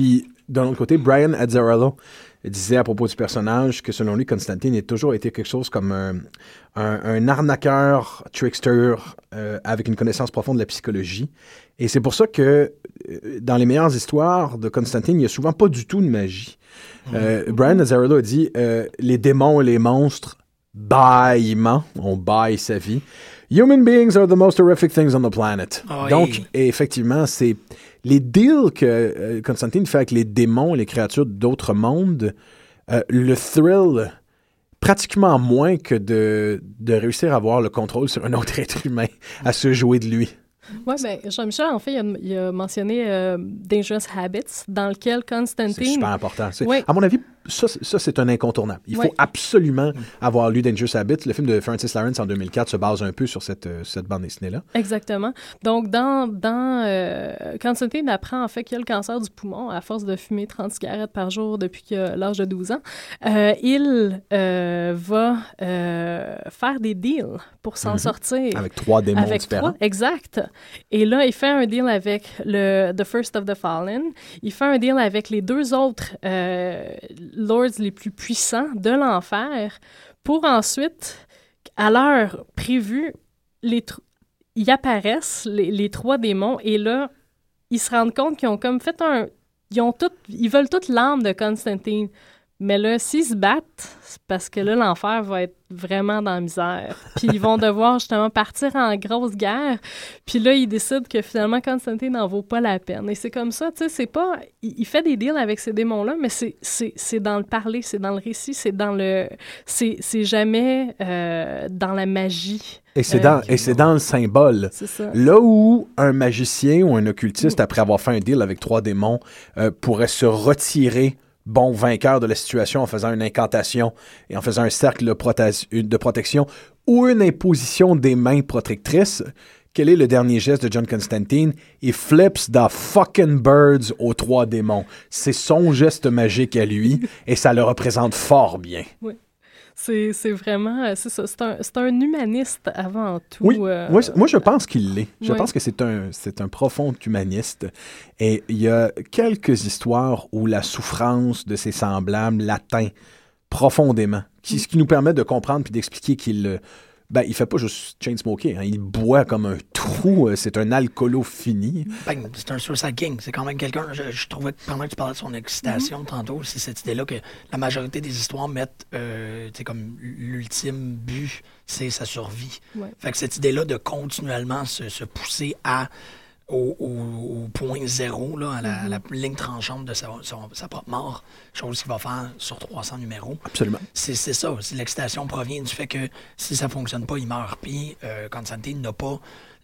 d'un autre côté, Brian Azzarello disait à propos du personnage que selon lui, Constantine a toujours été quelque chose comme un, un, un arnaqueur, trickster, euh, avec une connaissance profonde de la psychologie. Et c'est pour ça que euh, dans les meilleures histoires de Constantine, il n'y a souvent pas du tout de magie. Euh, mm-hmm. Brian Azzarello a dit euh, « Les démons et les monstres, bâillement, on baille sa vie. Human beings are the most horrific things on the planet. Oh, » Donc, et effectivement, c'est les deals que euh, Constantine fait avec les démons, les créatures d'autres mondes, euh, le thrill, pratiquement moins que de, de réussir à avoir le contrôle sur un autre être humain, à se jouer de lui. Oui, bien, Jean-Michel, en fait, il a, il a mentionné euh, Dangerous Habits, dans lequel Constantine... C'est super important. C'est, oui. À mon avis, ça, ça, c'est un incontournable. Il faut oui. absolument avoir lu Dangerous Habits. Le film de Francis Lawrence en deux mille quatre se base un peu sur cette, cette bande dessinée-là. Exactement. Donc, dans, dans euh, Constantine apprend en fait qu'il a le cancer du poumon à force de fumer trente cigarettes par jour depuis qu'il a l'âge de douze ans. Euh, il euh, va euh, faire des deals pour s'en mm-hmm. sortir. Avec trois démons avec différents. Trois, exact. Et là, il fait un deal avec le The First of the Fallen. Il fait un deal avec les deux autres euh, lords les plus puissants de l'enfer pour ensuite, à l'heure prévue, les tr- ils apparaissent, les, les trois démons, et là, ils se rendent compte qu'ils ont comme fait un... Ils, ont tout, ils veulent toute l'âme de Constantine. Mais là, s'ils se battent, c'est parce que là, l'enfer va être vraiment dans la misère. Puis ils vont devoir justement partir en grosse guerre. Puis là, ils décident que finalement, Constantine n'en vaut pas la peine. Et c'est comme ça, tu sais, c'est pas... Il, il fait des deals avec ces démons-là, mais c'est, c'est, c'est dans le parler, c'est dans le récit, c'est dans le... C'est, c'est jamais euh, dans la magie. Et c'est, euh, dans, et c'est dans le symbole. C'est ça. Là où un magicien ou un occultiste, mmh. après avoir fait un deal avec trois démons, euh, pourrait se retirer bon vainqueur de la situation en faisant une incantation et en faisant un cercle de, prote- de protection ou une imposition des mains protectrices. Quel est le dernier geste de John Constantine? Il flips the fucking birds aux trois démons. C'est son geste magique à lui et ça le représente fort bien. Oui. C'est, c'est vraiment, c'est ça, c'est un, c'est un humaniste avant tout. Oui, euh, moi, moi je pense qu'il l'est. Je oui. pense que c'est un, c'est un profond humaniste. Et il y a quelques histoires où la souffrance de ses semblables l'atteint profondément, qui, ce qui nous permet de comprendre puis d'expliquer qu'il... Ben, il fait pas juste chain smoker, hein. Il boit comme un trou, c'est un alcoolo fini. Ben, c'est un Suicide King, c'est quand même quelqu'un, je, je trouvais que pendant que tu parlais de son excitation mm-hmm. tantôt, c'est cette idée-là que la majorité des histoires mettent, euh, tu sais, comme l'ultime but, c'est sa survie. Ouais. Fait que cette idée-là de continuellement se, se pousser à Au, au, au point zéro, là, à, la, mm-hmm. à la ligne tranchante de sa, sa, sa propre mort, chose qu'il va faire sur trois cents numéros. Absolument. C'est, c'est ça. C'est, l'excitation provient du fait que si ça ne fonctionne pas, il meurt. Puis euh, Constantine n'a pas,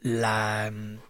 la,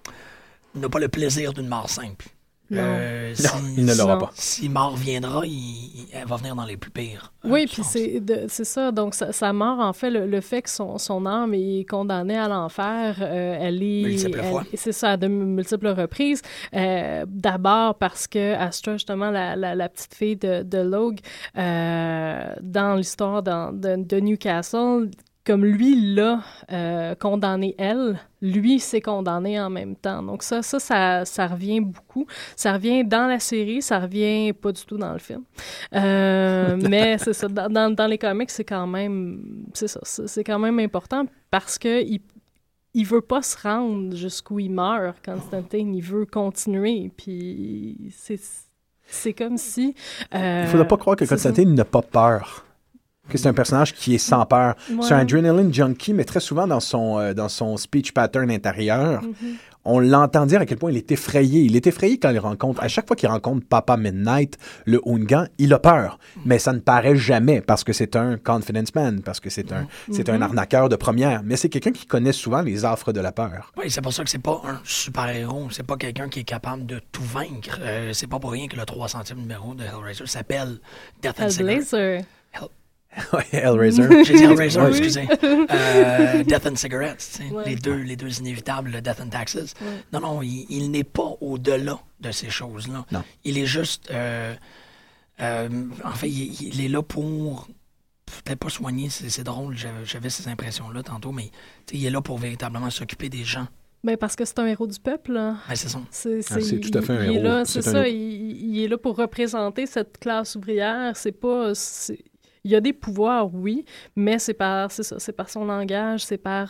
n'a pas le plaisir d'une mort simple. Non. Euh, non, si, il ne l'aura si, pas. Si mort viendra, il, il, elle va venir dans les plus pires. Oui, euh, puis c'est, de, c'est ça. Donc, sa, sa mort, en fait, le, le fait que son, son âme est condamnée à l'enfer, euh, elle est... Multiples elle, fois. C'est ça, à de multiples reprises. Euh, d'abord parce que Astra, justement, la, la, la petite fille de, de Logue, euh, dans l'histoire dans, de, de Newcastle, comme lui l'a euh, condamné elle, lui s'est condamné en même temps. Donc ça, ça, ça, ça revient beaucoup. Ça revient dans la série, ça revient pas du tout dans le film. Euh, mais c'est ça, dans, dans les comics, c'est quand même, c'est ça, c'est quand même important parce que il, il veut pas se rendre jusqu'où il meurt, Constantine. Il veut continuer, puis c'est, c'est comme si... Euh, il faudrait pas croire que Constantine n'a pas peur. Que c'est un personnage qui est sans peur. Ouais. C'est un adrenaline junkie, mais très souvent dans son, euh, dans son speech pattern intérieur, mm-hmm. on l'entend dire à quel point il est effrayé. Il est effrayé quand il rencontre, à chaque fois qu'il rencontre Papa Midnight, le Hungan, il a peur. Mais ça ne paraît jamais parce que c'est un confidence man, parce que c'est un, mm-hmm. c'est un arnaqueur de première. Mais c'est quelqu'un qui connaît souvent les affres de la peur. Oui, c'est pour ça que c'est pas un super-héros. C'est pas quelqu'un qui est capable de tout vaincre. Euh, c'est pas pour rien que le trois centième numéro de Hellraiser s'appelle Death and Hellraiser. Hell... Oui, Hellraiser. J'ai dit Hellraiser, oui. excusez. Euh, Death and Cigarettes, ouais. les, deux, les deux inévitables, Death and Taxes. Ouais. Non, non, il, il n'est pas au-delà de ces choses-là. Non. Il est juste... Euh, euh, en fait, il, il est là pour... Peut-être pas soigner, c'est, c'est drôle, j'avais, j'avais ces impressions-là tantôt, mais il est là pour véritablement s'occuper des gens Ben parce que c'est un héros du peuple. Là. Ben, c'est ça. C'est, c'est, Ah, c'est tout à fait un il, il héros. Est là, c'est, C'est un ça, héros. il, il est là pour représenter cette classe ouvrière. C'est pas... C'est... Il y a des pouvoirs, oui, mais c'est par, c'est ça, c'est par son langage, c'est par...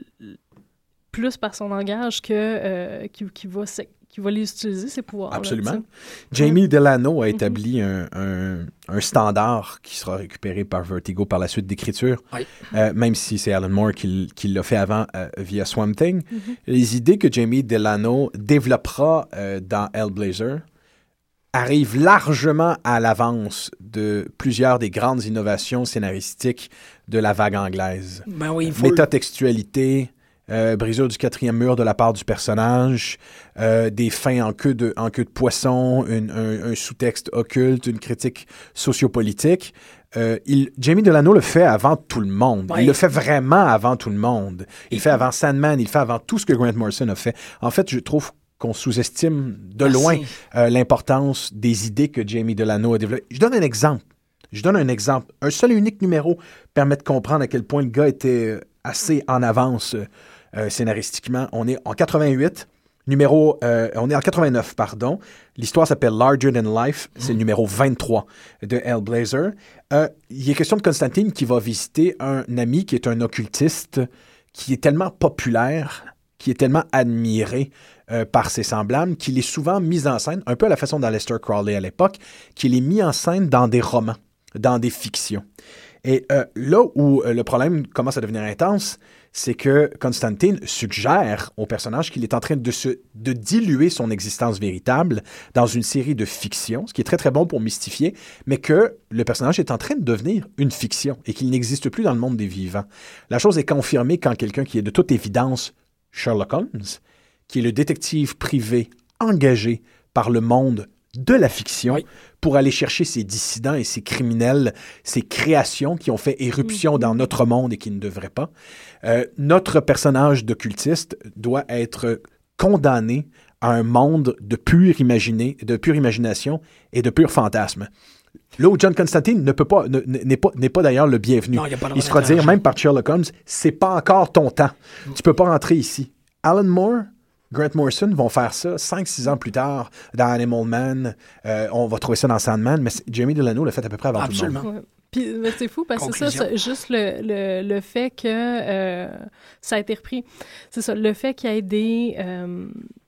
plus par son langage que, euh, qui, qui, va, qui va les utiliser, ces pouvoirs. Absolument. Là, Jamie Delano a Mm-hmm. établi un, un, un standard qui sera récupéré par Vertigo par la suite d'écriture, Oui. euh, même si c'est Alan Moore qui, qui l'a fait avant euh, via Swamp Thing. Mm-hmm. Les idées que Jamie Delano développera euh, dans Hellblazer arrivent largement à l'avance de plusieurs des grandes innovations scénaristiques de la vague anglaise. Ben oui, il faut... Métatextualité, euh, brisure du quatrième mur de la part du personnage, euh, des fins en queue de, en queue de poisson, une, un, un sous-texte occulte, une critique sociopolitique. Euh, il, Jamie Delano le fait avant tout le monde. Ouais. Il le fait vraiment avant tout le monde. Il le fait avant Sandman, il le fait avant tout ce que Grant Morrison a fait. En fait, je trouve qu'on sous-estime de Merci. loin euh, l'importance des idées que Jamie Delano a développées. Je donne un exemple. Je donne un exemple. Un seul et unique numéro permet de comprendre à quel point le gars était assez en avance euh, scénaristiquement. On est en quatre-vingt-huit, numéro, euh, on est en quatre-vingt-neuf, pardon. L'histoire s'appelle Larger Than Life. C'est le numéro vingt-trois de Hellblazer. Euh, il est question de Constantine qui va visiter un ami qui est un occultiste qui est tellement populaire, qui est tellement admiré euh, par ses semblables, qu'il est souvent mis en scène, un peu à la façon d'Aleister Crowley à l'époque, qu'il est mis en scène dans des romans, dans des fictions. Et euh, là où euh, le problème commence à devenir intense, c'est que Constantine suggère au personnage qu'il est en train de, se, de diluer son existence véritable dans une série de fictions, ce qui est très très bon pour mystifier, mais que le personnage est en train de devenir une fiction et qu'il n'existe plus dans le monde des vivants. La chose est confirmée quand quelqu'un qui est de toute évidence Sherlock Holmes, qui est le détective privé engagé par le monde de la fiction oui. pour aller chercher ces dissidents et ces criminels, ces créations qui ont fait éruption dans notre monde et qui ne devraient pas. Euh, notre personnage d'occultiste doit être condamné à un monde de pure, imaginé, de pure imagination et de pur fantasme. Là où John Constantine ne peut pas, ne, n'est pas, n'est pas d'ailleurs le bienvenu. Non, il y a pas le Il se fera dire, même par Sherlock Holmes, c'est pas encore ton temps. Mm. Tu peux pas rentrer ici. Alan Moore, Grant Morrison vont faire ça cinq six ans plus tard dans Animal Man. Euh, on va trouver ça dans Sandman, mais Jamie Delano l'a fait à peu près avant Absolument. tout le monde. Ouais. Puis ben, c'est fou parce que c'est ça, c'est juste le, le, le fait que euh, ça a été repris. C'est ça, le fait qu'il y ait des... Euh,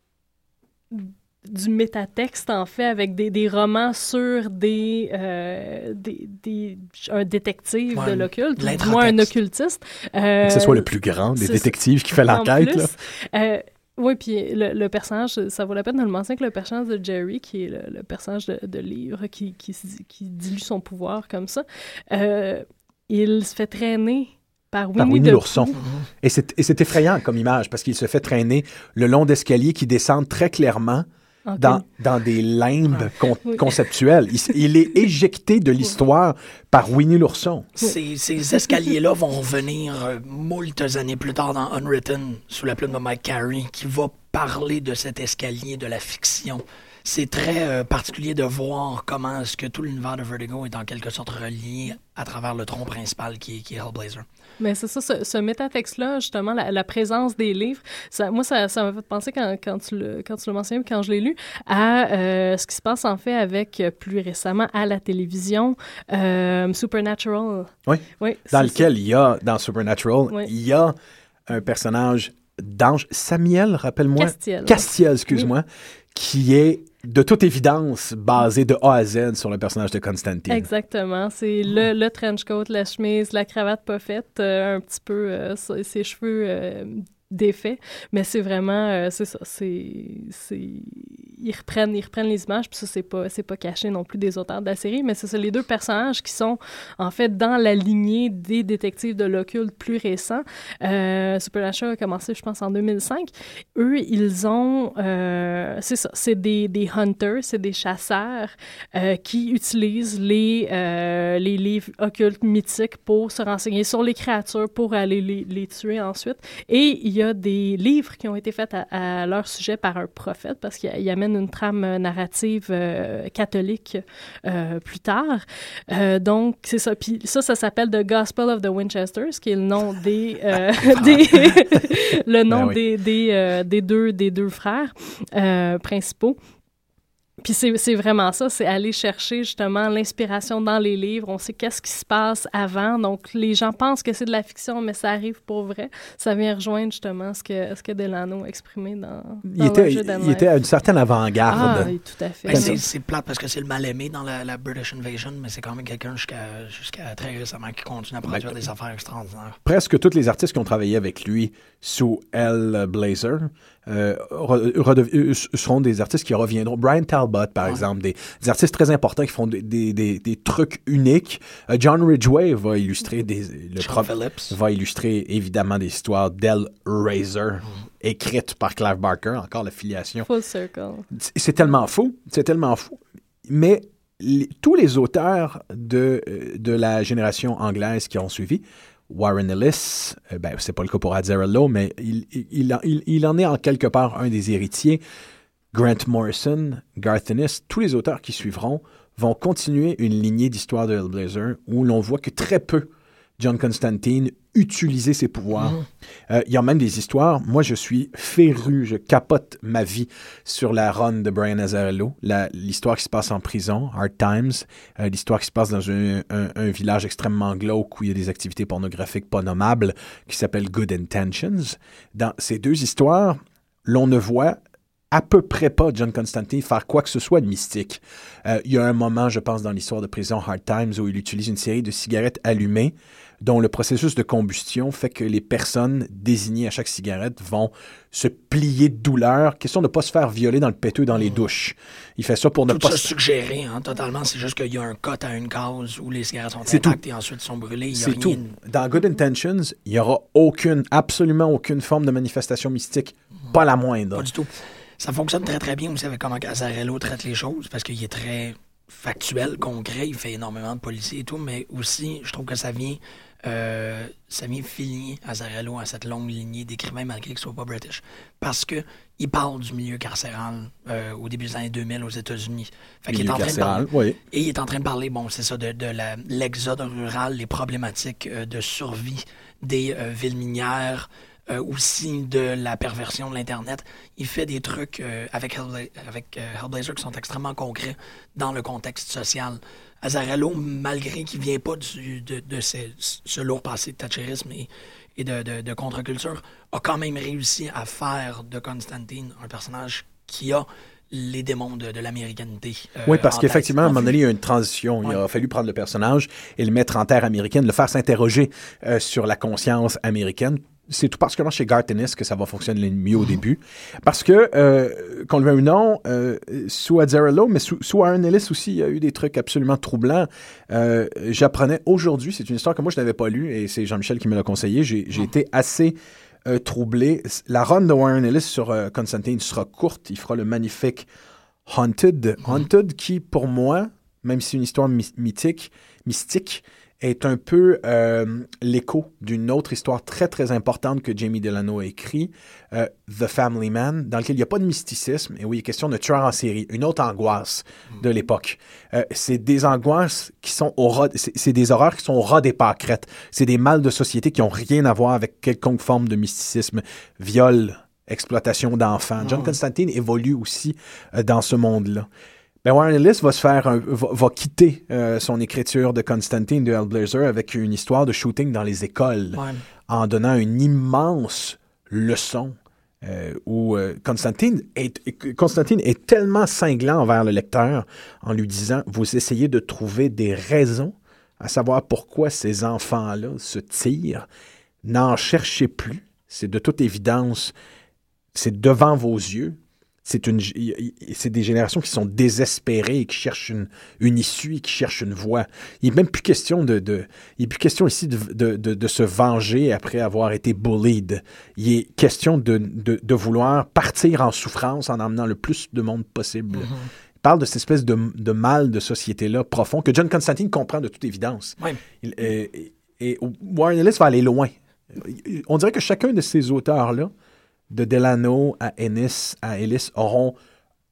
du métatexte, en fait, avec des, des romans sur des, euh, des, des un détective ouais, de l'occulte, de ou moins un occultiste. Euh, que ce soit le plus grand des détectives qui fait l'enquête. Là. Euh, oui, puis le, le personnage, ça vaut la peine de le mentionner, que le personnage de Jerry, qui est le, le personnage de, de livre, qui, qui, qui dilue son pouvoir comme ça, euh, il se fait traîner par Winnie, par Winnie l'ourson. Mm-hmm. Et c'est, et c'est effrayant comme image, parce qu'il se fait traîner le long d'escaliers qui descendent très clairement Okay. Dans, dans des limbes con- oui. conceptuelles. Il, il est éjecté de l'histoire par Winnie l'ourson. Ces, ces escaliers-là vont venir euh, moultes années plus tard dans Unwritten, sous la plume de Mike Carey, qui va parler de cet escalier de la fiction. C'est très euh, particulier de voir comment est-ce que tout l'univers de Vertigo est en quelque sorte relié à travers le tronc principal qui est, qui est Hellblazer. Mais c'est ça, ce, ce métatexte-là, justement, la, la présence des livres, ça, moi, ça, ça m'a fait penser, quand, quand tu le, quand tu l'as mentionné, quand je l'ai lu, à euh, ce qui se passe, en fait, avec, euh, plus récemment, à la télévision, euh, Supernatural. Oui, oui dans lequel ça. il y a, dans Supernatural, oui. il y a un personnage d'ange, Samiel, rappelle-moi. Castiel. Castiel, excuse-moi, oui. qui est de toute évidence basé de A à Z sur le personnage de Constantine. Exactement. C'est le, le trench coat, la chemise, la cravate pas faite, euh, un petit peu euh, ses cheveux euh, défaits. Mais c'est vraiment, euh, c'est ça, c'est, c'est... Ils reprennent, ils reprennent les images, puis ça, c'est pas, c'est pas caché non plus des auteurs de la série, mais c'est ça, les deux personnages qui sont, en fait, dans la lignée des détectives de l'occulte plus récents. Euh, Supernatural a commencé, je pense, en deux mille cinq. Eux, ils ont... Euh, c'est ça, c'est des, des hunters, c'est des chasseurs euh, qui utilisent les, euh, les livres occultes mythiques pour se renseigner sur les créatures, pour aller les, les tuer ensuite. Et il y a des livres qui ont été faits à, à leur sujet par un prophète, parce qu'il y amène devienne une trame narrative euh, catholique euh, plus tard. Euh, donc, c'est ça. Puis ça, ça s'appelle The Gospel of the Winchesters, qui est le nom des... Euh, des le nom ben oui. des, des, euh, des, deux, des deux frères euh, principaux. Puis c'est, c'est vraiment ça, c'est aller chercher justement l'inspiration dans les livres. On sait qu'est-ce qui se passe avant. Donc, les gens pensent que c'est de la fiction, mais ça arrive pour vrai. Ça vient rejoindre justement ce que, ce que Delano a exprimé dans, dans il était, le jeu d'Anne. Il était à une certaine avant-garde. Ah, oui, tout à fait. Ben, c'est, c'est plate parce que c'est le mal-aimé dans la, la British Invasion, mais c'est quand même quelqu'un jusqu'à, jusqu'à très récemment qui continue à produire ben, des affaires extraordinaires. Presque tous les artistes qui ont travaillé avec lui sous Hellblazer euh, redev- seront des artistes qui reviendront. Brian Talbot, par ouais. exemple, des, des artistes très importants qui font des, des, des, des trucs uniques. Uh, John Ridgway va illustrer des, le Sean prof, Phillips va illustrer évidemment des histoires d'Hellraiser mm. écrites par Clive Barker, encore l'affiliation. Full circle. C'est tellement fou, c'est tellement fou. Mais les, tous les auteurs de, de la génération anglaise qui ont suivi, Warren Ellis, euh, ben, c'est pas le cas pour Azzarello, mais il, il, il, il, il en est en quelque part un des héritiers. Grant Morrison, Garth Ennis, tous les auteurs qui suivront vont continuer une lignée d'histoire de Hellblazer où l'on voit que très peu John Constantine utiliser ses pouvoirs. Il mmh. euh, y a même des histoires. Moi, je suis féru, je capote ma vie sur la run de Brian Azzarello, la, l'histoire qui se passe en prison, Hard Times, euh, l'histoire qui se passe dans un, un, un village extrêmement glauque où il y a des activités pornographiques pas nommables qui s'appelle Good Intentions. Dans ces deux histoires, l'on ne voit à peu près pas John Constantine faire quoi que ce soit de mystique. Euh, il y a un moment, je pense, dans l'histoire de prison Hard Times où il utilise une série de cigarettes allumées dont le processus de combustion fait que les personnes désignées à chaque cigarette vont se plier de douleur. Question de ne pas se faire violer dans le péteux dans les douches. Il fait ça pour ne tout pas... Tout ça suggéré, hein, totalement. C'est juste qu'il y a un cut à une case où les cigarettes sont c'est intactes tout. Et ensuite sont brûlées. Il y a c'est rien... tout. Dans Good Intentions, il n'y aura aucune, absolument aucune forme de manifestation mystique. Mmh. Pas la moindre. Pas du tout. Ça fonctionne très, très bien aussi avec comment Azzarello traite les choses, parce qu'il est très factuel, concret, il fait énormément de policiers et tout, mais aussi, je trouve que ça vient, euh, ça vient filer Azzarello à cette longue lignée d'écrivains, malgré qu'il ne soit pas british, parce que il parle du milieu carcéral euh, au début des années deux mille aux États-Unis. Fait qu'il est en train de parler, oui. Et il est en train de parler, bon, c'est ça, de, de la, l'exode rural, les problématiques euh, de survie des euh, villes minières, Euh, aussi de la perversion de l'Internet. Il fait des trucs euh, avec, Hellbla- avec euh, Hellblazer qui sont extrêmement concrets dans le contexte social. Azzarello, malgré qu'il ne vient pas du, de, de ce, ce lourd passé de thatchérisme et, et de, de, de contre-culture, a quand même réussi à faire de Constantine un personnage qui a les démons de, de l'américanité. Euh, oui, parce qu'effectivement, à un moment donné, il y a une transition. Il ouais. a fallu prendre le personnage et le mettre en terre américaine, le faire s'interroger euh, sur la conscience américaine. C'est tout particulièrement chez Garth Ennis que ça va fonctionner le mieux au début. Parce que, euh, qu'on le veuille ou non, euh, sous Azzarello, mais sous, sous Warren Ellis aussi, il y a eu des trucs absolument troublants. Euh, j'apprenais aujourd'hui, c'est une histoire que moi je n'avais pas lue, et c'est Jean-Michel qui me l'a conseillé. J'ai, j'ai été assez euh, troublé. La run de Warren Ellis sur euh, Constantine sera courte. Il fera le magnifique Haunted. Haunted qui, pour moi, même si c'est une histoire my- mythique, mystique, est un peu euh, l'écho d'une autre histoire très, très importante que Jamie Delano a écrit, euh, The Family Man, dans lequel il n'y a pas de mysticisme, et où il est question de tueur en série, une autre angoisse de l'époque. Euh, c'est des angoisses qui sont au ras, c'est, c'est des horreurs qui sont au ras des pâquerettes. C'est des mâles de société qui n'ont rien à voir avec quelconque forme de mysticisme, viol, exploitation d'enfants. John Constantine évolue aussi euh, dans ce monde-là. Ben Warren Ellis va se faire un, va, va quitter euh, son écriture de Constantine de Hellblazer avec une histoire de shooting dans les écoles, ouais. en donnant une immense leçon euh, où euh, Constantine est Constantine est tellement cinglant envers le lecteur en lui disant vous essayez de trouver des raisons à savoir pourquoi ces enfants-là se tirent, n'en cherchez plus, c'est de toute évidence, c'est devant vos yeux. C'est, une, c'est des générations qui sont désespérées et qui cherchent une, une issue, qui cherchent une voie. Il n'est même plus question de, de, il est plus question ici de, de, de, de se venger après avoir été bullied. Il est question de, de, de vouloir partir en souffrance en emmenant le plus de monde possible. Mm-hmm. Il parle de cette espèce de, de mal de société-là profond que John Constantine comprend de toute évidence. Oui. Il, et, et Warren Ellis va aller loin. On dirait que chacun de ces auteurs-là, de Delano à Ennis à Ellis, auront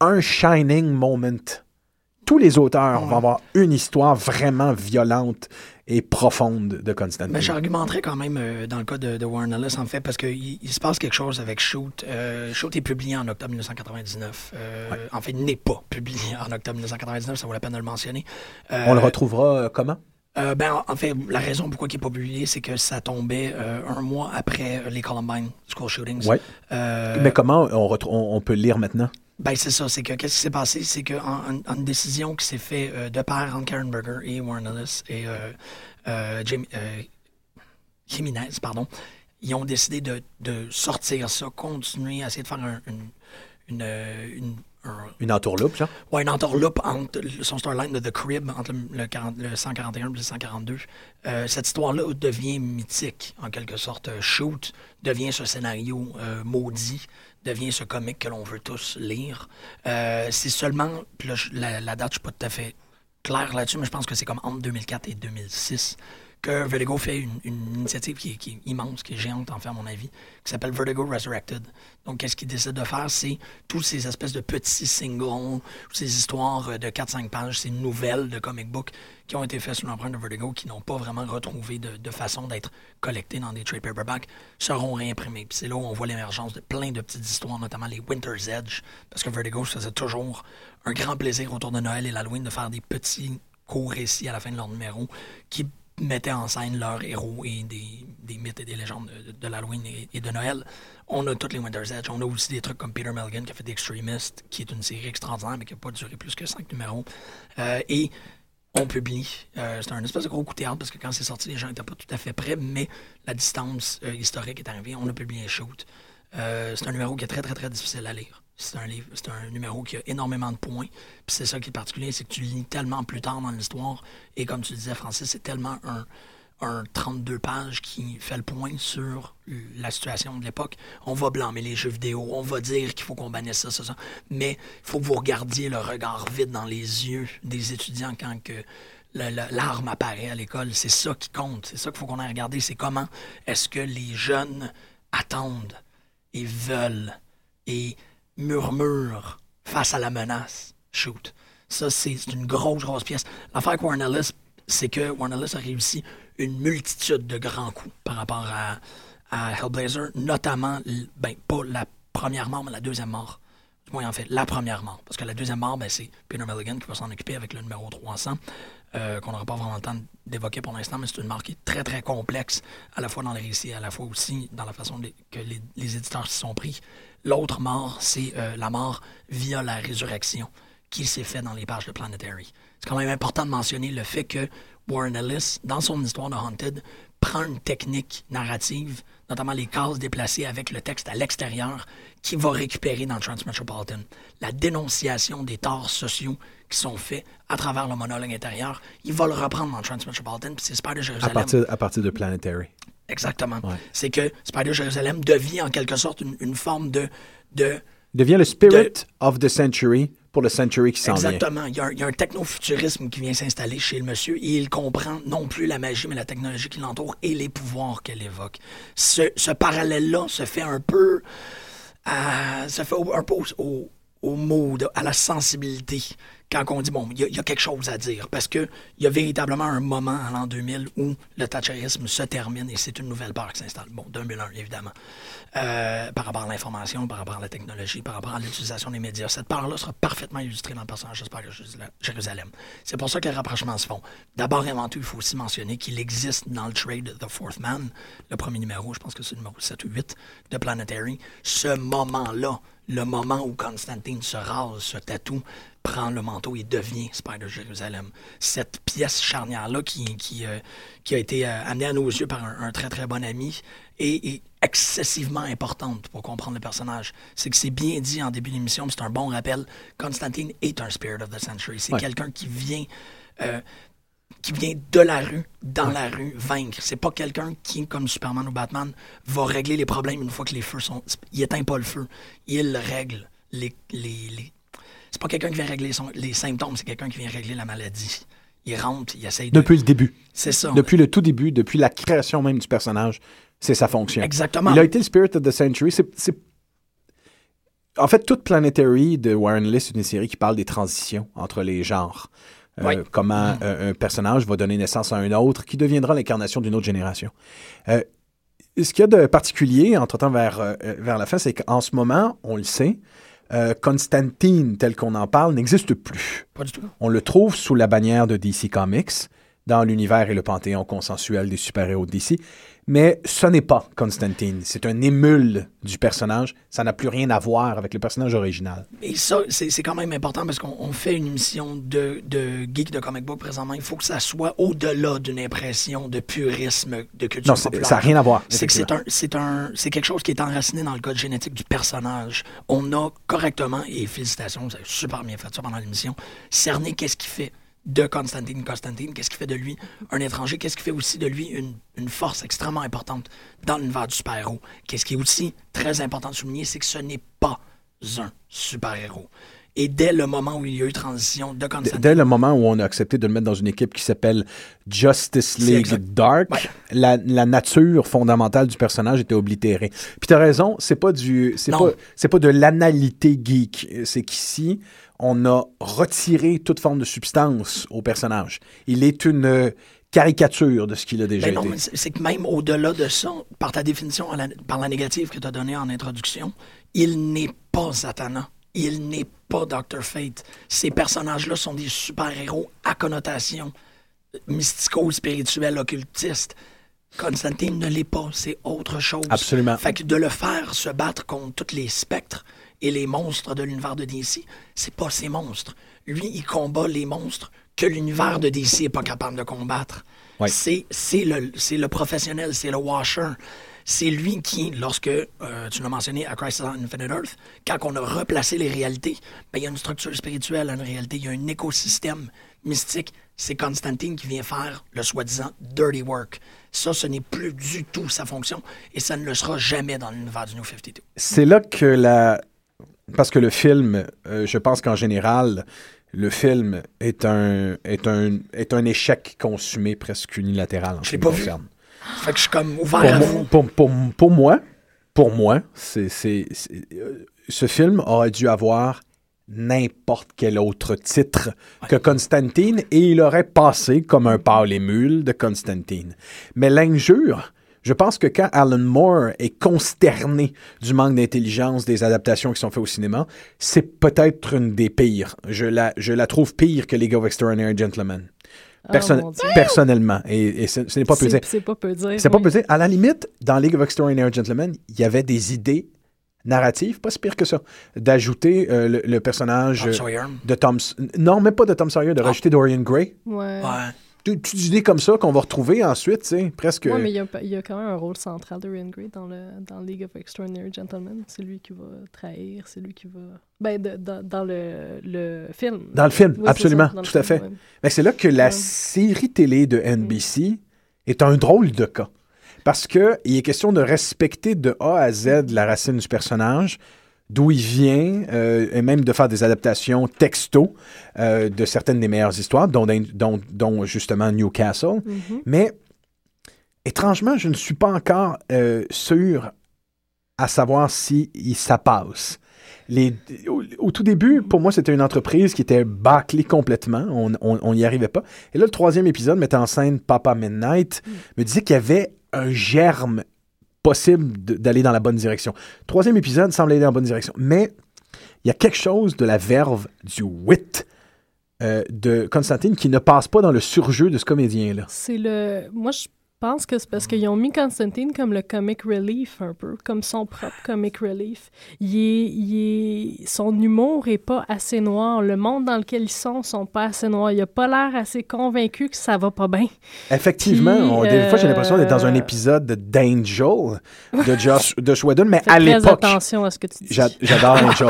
un shining moment. Tous les auteurs Ouais. vont avoir une histoire vraiment violente et profonde de Constantine. Mais j'argumenterais quand même euh, dans le cas de, de Warren Ellis, en fait, parce qu'il il se passe quelque chose avec Shoot. Euh, Shoot est publié en octobre dix-neuf cent quatre-vingt-dix-neuf. Euh, Ouais. En fait, il n'est pas publié en octobre dix-neuf cent quatre-vingt-dix-neuf, ça vaut la peine de le mentionner. Euh, On le retrouvera euh, comment? Euh, ben, en- en fait, la raison pourquoi il n'est pas publié, c'est que ça tombait euh, un mois après les Columbine School Shootings. Ouais. Euh, Mais comment on, retr- on, on peut le lire maintenant? Ben, c'est ça. C'est que qu'est-ce qui s'est passé? C'est qu'en en, en une décision qui s'est faite euh, de pair entre Karen Berger et Warren Ellis et euh, euh, Jamie, euh, Jimenez, pardon, ils ont décidé de, de sortir ça, continuer à essayer de faire un, une, une, euh, une, un- Une entourloupe, genre? Ouais, une entourloupe entre le- son storyline de The Crib, entre le, le, quarante le cent quarante et un et le cent quarante-deux. Euh, cette histoire-là devient mythique, en quelque sorte. Euh, Shoot devient ce scénario euh, maudit, devient ce comic que l'on veut tous lire. Euh, c'est seulement, puis là, je- la, la date, je suis pas tout à fait clair là-dessus, mais je pense que c'est comme entre deux mille quatre et deux mille six que Vertigo fait une, une initiative qui est, qui est immense, qui est géante, en fait, à mon avis, qui s'appelle Vertigo Resurrected. Donc, qu'est-ce qu'ils décident de faire, c'est tous ces espèces de petits singles, ces histoires de quatre cinq pages, ces nouvelles de comic book qui ont été faites sous l'empreinte de Vertigo, qui n'ont pas vraiment retrouvé de, de façon d'être collectées dans des trade paperbacks, seront réimprimées. Puis c'est là où on voit l'émergence de plein de petites histoires, notamment les Winter's Edge, parce que Vertigo se faisait toujours un grand plaisir autour de Noël et l'Halloween de faire des petits courts récits à la fin de leur numéro qui mettaient en scène leurs héros et des, des mythes et des légendes de, de, de l'Halloween et, et de Noël. On a toutes les Winter's Edge. On a aussi des trucs comme Peter Milligan qui a fait The Extremist, qui est une série extraordinaire mais qui n'a pas duré plus que cinq numéros. Euh, et on publie. Euh, c'est un espèce de gros coup de théâtre parce que quand c'est sorti, les gens n'étaient pas tout à fait prêts, mais la distance euh, historique est arrivée. On a publié Shoot. Euh, c'est un numéro qui est très, très, très difficile à lire. C'est un livre, c'est un numéro qui a énormément de points. Puis c'est ça qui est particulier, c'est que tu le lis tellement plus tard dans l'histoire. Et comme tu disais, Francis, c'est tellement un, un trente-deux pages qui fait le point sur la situation de l'époque. On va blâmer les jeux vidéo, on va dire qu'il faut qu'on bannisse ça, ça, ça. Mais il faut que vous regardiez le regard vide dans les yeux des étudiants quand que le- le- l'arme apparaît à l'école. C'est ça qui compte. C'est ça qu'il faut qu'on aille regarder. C'est comment est-ce que les jeunes attendent et veulent et murmurent face à la menace. Shoot. Ça, c'est c'est une grosse, grosse pièce. L'affaire avec Warren Ellis, c'est que Warren Ellis a réussi une multitude de grands coups par rapport à, à Hellblazer, notamment, l- ben, pas la première mort, mais la deuxième mort. Du moins, en fait, la première mort. Parce que la deuxième mort, ben, c'est Peter Milligan qui va s'en occuper avec le numéro trois cents, euh, qu'on n'aura pas vraiment le temps d'évoquer pour l'instant, mais c'est une mort qui est très, très complexe, à la fois dans les récits, à la fois aussi dans la façon de- que les, les éditeurs s'y sont pris. L'autre mort, c'est euh, la mort via la résurrection qui s'est fait dans les pages de Planetary. C'est quand même important de mentionner le fait que Warren Ellis, dans son histoire de Haunted, prend une technique narrative, notamment les cases déplacées avec le texte à l'extérieur, qui va récupérer dans Transmetropolitan. La dénonciation des torts sociaux qui sont faits à travers le monologue intérieur, il va le reprendre dans Transmetropolitan, puis c'est Spider À Jérusalem. partir, à partir de Planetary. Exactement. Ouais. C'est que Spider Jérusalem devient en quelque sorte une, une forme de... de Il devient le spirit of the century pour le century qui s'en vient. Exactement. Il y, a un, il y a un technofuturisme qui vient s'installer chez le monsieur et il comprend non plus la magie, mais la technologie qui l'entoure et les pouvoirs qu'elle évoque. Ce, ce parallèle-là se fait un peu, à, se fait au- un peu au, au, au mood, à la sensibilité, quand on dit, bon, il y, a- il y a quelque chose à dire. Parce qu'il y a véritablement un moment à l'an deux mille où le thatcherisme se termine et c'est une nouvelle part qui s'installe. Bon, deux mille un, évidemment. Euh, par rapport à l'information, par rapport à la technologie, par rapport à l'utilisation des médias. Cette part-là sera parfaitement illustrée dans le personnage de Spider Jérusalem. C'est pour ça que les rapprochements se font. D'abord et avant tout, il faut aussi mentionner qu'il existe dans le trade The Fourth Man, le premier numéro, je pense que c'est le numéro sept ou huit de Planetary, ce moment-là, le moment où Constantine se rase, se tatoue, prend le manteau et devient Spider Jérusalem. Cette pièce charnière-là qui, qui, euh, qui a été euh, amenée à nos yeux par un, un très très bon ami est, est excessivement importante pour comprendre le personnage. C'est que c'est bien dit en début d'émission, mais c'est un bon rappel. Constantine est un Spirit of the Century. C'est Ouais. quelqu'un qui vient... Euh, qui vient de la rue, dans la rue, vaincre. C'est pas quelqu'un qui, comme Superman ou Batman, va régler les problèmes une fois que les feux sont... Il éteint pas le feu. Il règle les... les, les... C'est pas quelqu'un qui vient régler son... les symptômes, c'est quelqu'un qui vient régler la maladie. Il rentre, il essaye de... Depuis le début. C'est ça. Depuis le tout début, depuis la création même du personnage, c'est sa fonction. Exactement. Il a été le spirit of the century. C'est, c'est... en fait, toute Planetary de Warren Ellis, c'est une série qui parle des transitions entre les genres. Euh, oui. Comment Mm. un, un personnage va donner naissance à un autre qui deviendra l'incarnation d'une autre génération. Euh, ce qu'il y a de particulier, entre-temps vers, euh, vers la fin, c'est qu'en ce moment, on le sait, euh, Constantine, tel qu'on en parle, n'existe plus. Pas du tout. On le trouve sous la bannière de D C Comics, dans l'univers et le panthéon consensuel des super-héros de D C. Mais ce n'est pas Constantine. C'est un émule du personnage. Ça n'a plus rien à voir avec le personnage original. Et ça, c'est, c'est quand même important parce qu'on on fait une émission de, de geek de comic book présentement. Il faut que ça soit au-delà d'une impression de purisme de culture Non, c'est, populaire. ça n'a rien à voir. C'est que c'est un, c'est un, c'est quelque chose qui est enraciné dans le code génétique du personnage. On a correctement, et félicitations, vous avez super bien fait ça pendant l'émission, cerné qu'est-ce qui fait de Constantine Constantine, qu'est-ce qui fait de lui un étranger, qu'est-ce qui fait aussi de lui une, une force extrêmement importante dans l'univers du super-héros. Qu'est-ce qui est aussi très important de souligner, c'est que ce n'est pas un super-héros. Et dès le moment où il y a eu transition de Constantine... Dès le moment où on a accepté de le mettre dans une équipe qui s'appelle Justice League Dark, ouais. la, la nature fondamentale du personnage était oblitérée. Puis t'as raison, c'est pas du, c'est pas, c'est pas de l'analité geek. C'est qu'ici, on a retiré toute forme de substance au personnage. Il est une caricature de ce qu'il a déjà ben non, été. Mais c'est, c'est que même au-delà de ça, par ta définition, la, par la négative que tu as donnée en introduction, il n'est pas Zatanna. Il n'est pas docteur Fate. Ces personnages-là sont des super-héros à connotation mystico-spirituelle, occultiste. Constantine ne l'est pas, c'est autre chose. Absolument. Fait que de le faire se battre contre tous les spectres et les monstres de l'univers de D C, c'est pas ces monstres. Lui, il combat les monstres que l'univers de D C n'est pas capable de combattre. Ouais. C'est, c'est, le, c'est le professionnel, c'est le washer. C'est lui qui, lorsque, euh, tu l'as mentionné à Crisis on Infinite Earth, quand on a replacé les réalités, ben, il y a une structure spirituelle à une réalité, il y a un écosystème mystique. C'est Constantine qui vient faire le soi-disant dirty work. Ça, ce n'est plus du tout sa fonction et ça ne le sera jamais dans l'univers du New cinquante-deux. C'est là que la... Parce que le film, euh, je pense qu'en général, le film est un, est un, est un échec consumé presque unilatéral. En je l'ai pas vu. Fait que je suis comme ouvert pour à moi, vous. Pour, pour, pour moi, pour moi c'est, c'est, c'est, euh, ce film aurait dû avoir n'importe quel autre titre ouais. que Constantine et il aurait passé comme un pâle émule de Constantine. Mais l'injure, je pense que quand Alan Moore est consterné du manque d'intelligence des adaptations qui sont faites au cinéma, c'est peut-être une des pires. Je la, je la trouve pire que League of Extraordinary Gentlemen. Person- oh, personnellement. Et, et ce, ce n'est pas peu dire. C'est pas peu dire. C'est oui. pas peu dire. À la limite, dans League of Extraordinary Gentlemen, il y avait des idées narratives, pas si pire que ça, d'ajouter euh, le, le personnage Tom Sawyer. de Tom... Non, même pas de Tom Sawyer, de oh. rajouter Dorian Gray. Ouais. Ouais. Toutes des idées comme ça qu'on va retrouver ensuite, tu sais, presque... Oui, mais il y, a, il y a quand même un rôle central de Dorian Gray dans, le, dans League of Extraordinary Gentlemen. C'est lui qui va trahir, c'est lui qui va... Ben, de, de, dans le, le film. Dans le film, oui, absolument, ça, tout à fait. Film, ouais. Mais c'est là que la ouais. série télé de N B C mm. est un drôle de cas. Parce qu'il est question de respecter de A à Z la racine du personnage, d'où il vient, euh, et même de faire des adaptations texto euh, de certaines des meilleures histoires, dont, dont, dont justement Newcastle. Mm-hmm. Mais, étrangement, je ne suis pas encore euh, sûr à savoir si ça passe. Les, au, au tout début, pour moi, c'était une entreprise qui était bâclée complètement. On n'y arrivait pas. Et là, le troisième épisode, mettant en scène Papa Midnight, mm. me disait qu'il y avait un germe possible d'aller dans la bonne direction. Troisième épisode semble aller dans la bonne direction. Mais il y a quelque chose de la verve, du wit euh, de Constantine qui ne passe pas dans le surjeu de ce comédien-là. C'est le... Moi, je pense que c'est parce qu'ils ont mis Constantine comme le comic relief un peu, comme son propre comic relief. Il est, il est... Son humour est pas assez noir. Le monde dans lequel ils sont sont pas assez noirs. Il a pas l'air assez convaincu que ça va pas bien. Effectivement. Puis, on, des euh... fois, j'ai l'impression d'être dans un épisode de d'Angel de Josh, de Whedon, mais Fais à l'époque... attention à ce que tu dis. J'a, j'adore Angel.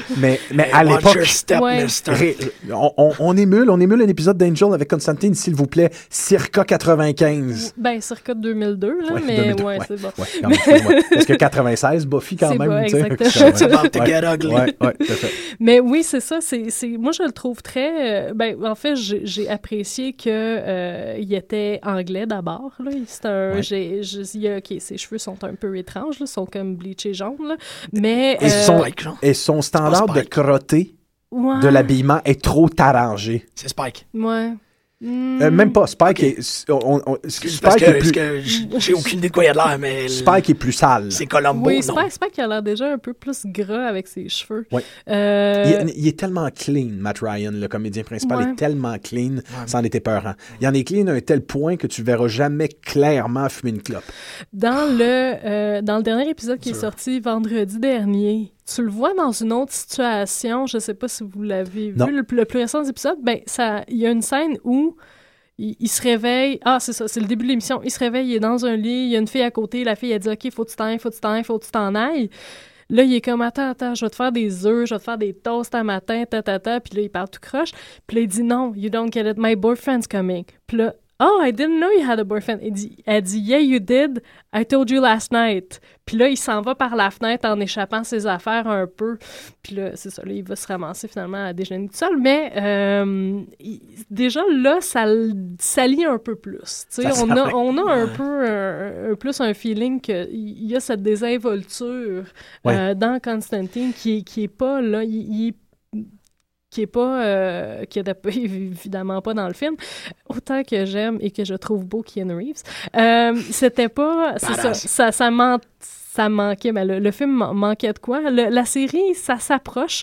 Mais, mais Hey, à watch l'époque, your step, Ouais. mister. ré- on, on, on émule, on émule un épisode d'Angel avec Constantine, s'il vous plaît, circa quatre-vingt-quinze. Ben, circa deux mille deux, là, Ouais, mais deux mille deux, ouais, ouais. c'est bon. Ouais, quand même, excuse-moi. Est-ce que quatre-vingt-seize, Buffy, quand C'est même? pas tu sais? exactement. It's about to Ouais. get ugly. Ouais, ouais, tout à fait. Mais oui, c'est ça. C'est, c'est, moi, je le trouve très... euh, ben, en fait, j'ai, j'ai apprécié qu'il euh, était anglais d'abord. Là. C'est un... Ouais. J'ai, je- il y a- OK, ses cheveux sont un peu étranges. Là, sont comme bleachés jaunes. Là. Mais... Et, euh, son, Spike, genre. et son standard C'est de pas Spike. crotté ouais, de l'habillement est trop arrangé. C'est Spike. Ouais. Mm. Euh, même pas. Spike Ok. est... on- on- Parce Spike, que, est plus, parce que j- j'ai aucune idée de quoi il a de l'air, mais... Spike est plus sale. C'est Columbo, Oui, non? Spike, Spike il a l'air déjà un peu plus gras avec ses cheveux. Ouais. Euh, Il, est- il est tellement clean, Matt Ryan, le comédien principal, Ouais. est tellement clean, c'en était peurant. Il en est clean à un tel point que tu verras jamais clairement fumer une clope. Dans le, euh, dans le dernier épisode qui est sorti vendredi dernier, tu le vois dans une autre situation, je sais pas si vous l'avez Non. vu, le, le plus récent des épisodes, ben, ça, il y a une scène où il, il se réveille, ah c'est ça, c'est le début de l'émission, il se réveille, il est dans un lit, il y a une fille à côté, la fille elle dit « Ok, faut que tu t'en ailles, faut que tu t'en ailles, faut que tu t'en ailles ». Là, il est comme « Attends, attends, je vais te faire des œufs, je vais te faire des toasts à matin, ta, ta, ta. » Puis là, il parle tout croche. Puis là, il dit « Non, you don't get it, my boyfriend's coming. » Puis là, « Oh, I didn't know you had a boyfriend. » Elle dit, elle dit « Yeah, you did. I told you last night. » Puis là, il s'en va par la fenêtre en échappant ses affaires un peu. Puis là, c'est ça, là, il va se ramasser finalement à déjeuner tout seul. Mais euh, il- déjà, là, ça le salit un peu plus. Tu sais, Ça on, a, sent- on a un peu un, un- plus un feeling qu'il y a cette désinvolture Ouais. euh, dans Constantine qui, est- qui est pas là. Il, il est qui est pas euh, qui était pas, évidemment pas dans le film, autant que j'aime et que je trouve beau Keanu Reeves, euh, c'était pas c'est ça, Badass. ça ça man- ça manquait, ben le, le film man- manquait de quoi. Le- la série, ça s'approche,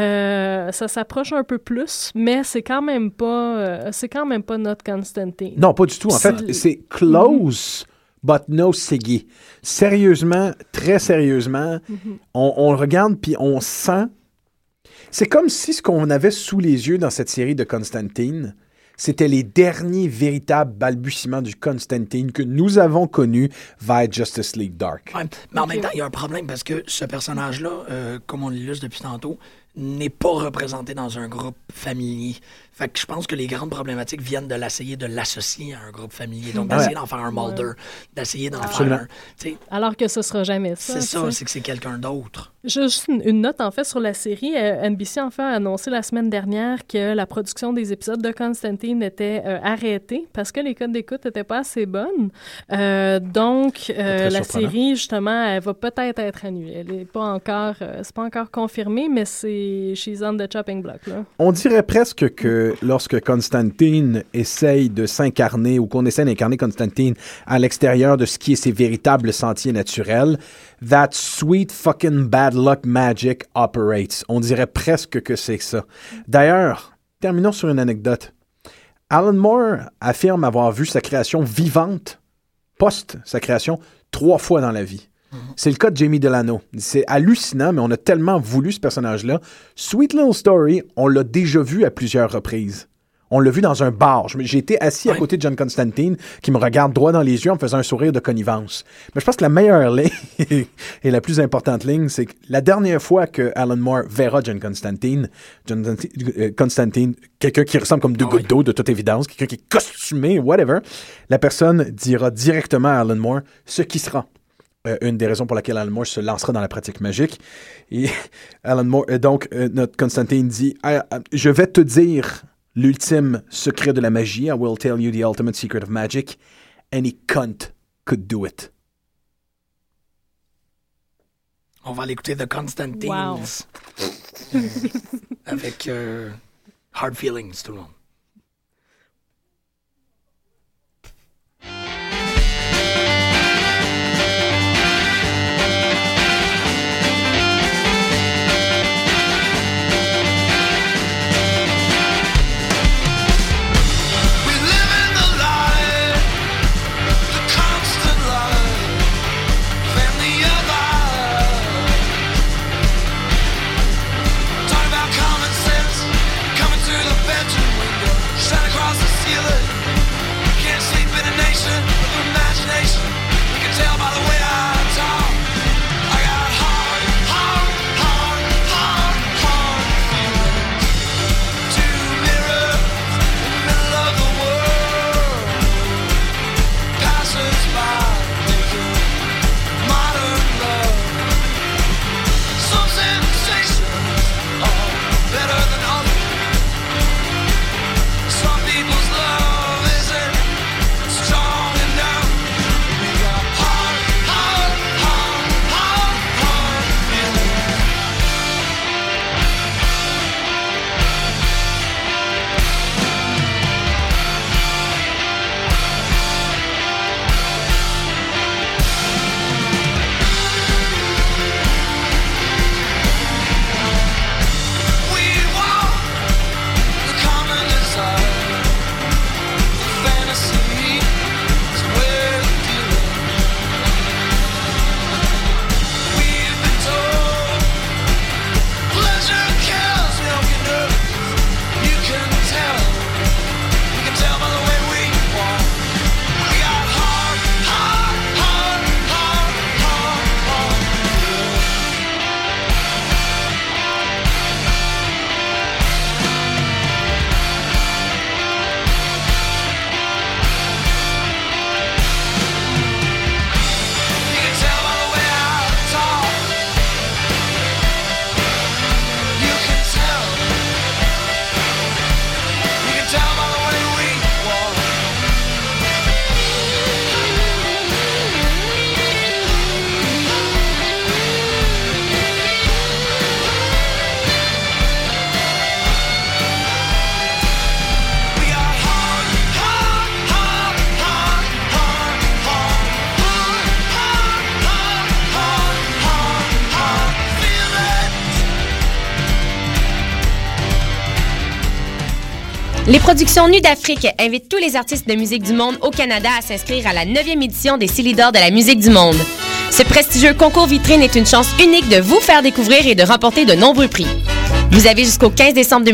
euh, ça s'approche un peu plus, mais c'est quand même pas, euh, c'est quand même pas notre Constantine. Non, pas du tout. En C'est- fait, c'est close, but no Siggy. Sérieusement, très sérieusement, on, on le regarde puis on sent... C'est comme si ce qu'on avait sous les yeux dans cette série de Constantine, c'était les derniers véritables balbutiements du Constantine que nous avons connu vers Justice League Dark. Ouais, mais en même temps, il y a un problème parce que ce personnage-là, euh, comme on l'illustre depuis tantôt, n'est pas représenté dans un groupe familier. Fait que je pense que les grandes problématiques viennent de l'essayer de l'associer à un groupe familier. Donc, d'essayer Ouais. d'en faire un Mulder, d'essayer d'en Absolument. faire un... tu sais, Alors que ce sera jamais ça. c'est tu ça, sais. c'est que c'est quelqu'un d'autre. Juste une, une note, en fait, sur la série. Euh, N B C, en fait, a annoncé la semaine dernière que la production des épisodes de Constantine était euh, arrêtée parce que les codes d'écoute n'étaient pas assez bonnes. Euh, donc, euh, Très la surprenant. série, justement, elle va peut-être être annulée. Elle n'est pas encore, euh, c'est pas encore confirmé, mais c'est she's on the chopping block, là. On dirait presque que lorsque Constantine essaye de s'incarner ou qu'on essaie d'incarner Constantine à l'extérieur de ce qui est ses véritables sentiers naturels, that sweet fucking bad luck magic operates. On dirait presque que c'est ça. D'ailleurs, terminons sur une anecdote. Alan Moore affirme avoir vu sa création vivante, post sa création, trois fois dans la vie. C'est le cas de Jamie Delano. C'est hallucinant, mais on a tellement voulu ce personnage-là. Sweet Little Story, on l'a déjà vu à plusieurs reprises. On l'a vu dans un bar. Je me- J'ai été assis à Ouais. côté de John Constantine, qui me regarde droit dans les yeux en me faisant un sourire de connivence. Mais je pense que la meilleure ligne et la plus importante ligne, c'est que la dernière fois que Alan Moore verra John Constantine, John Constantine, euh, Constantine, quelqu'un qui ressemble comme deux Ah gouttes oui. d'eau, de toute évidence, quelqu'un qui est costumé, whatever, la personne dira directement à Alan Moore ce qui sera. Euh, une des raisons pour laquelle Alan Moore se lancera dans la pratique magique. Et Alan Moore, euh, donc, euh, notre Constantine dit Ah, ah, je vais te dire l'ultime secret de la magie. I will tell you the ultimate secret of magic. Any cunt could do it. On va aller écouter The Constantines. Wow. Euh, avec euh, Hard Feelings, tout le monde. We live in the light, the constant light, family of ours. Talk about common sense, coming through the bedroom window, shine across the ceiling. Can't sleep in a nation with imagination. You can tell by the way I talk. I got heart, heart, heart, heart, heart. Les productions Nues d'Afrique invitent tous les artistes de musique du monde au Canada à s'inscrire à la neuvième édition des Célidors de la musique du monde. Ce prestigieux concours vitrine est une chance unique de vous faire découvrir et de remporter de nombreux prix. Vous avez jusqu'au quinze décembre deux mille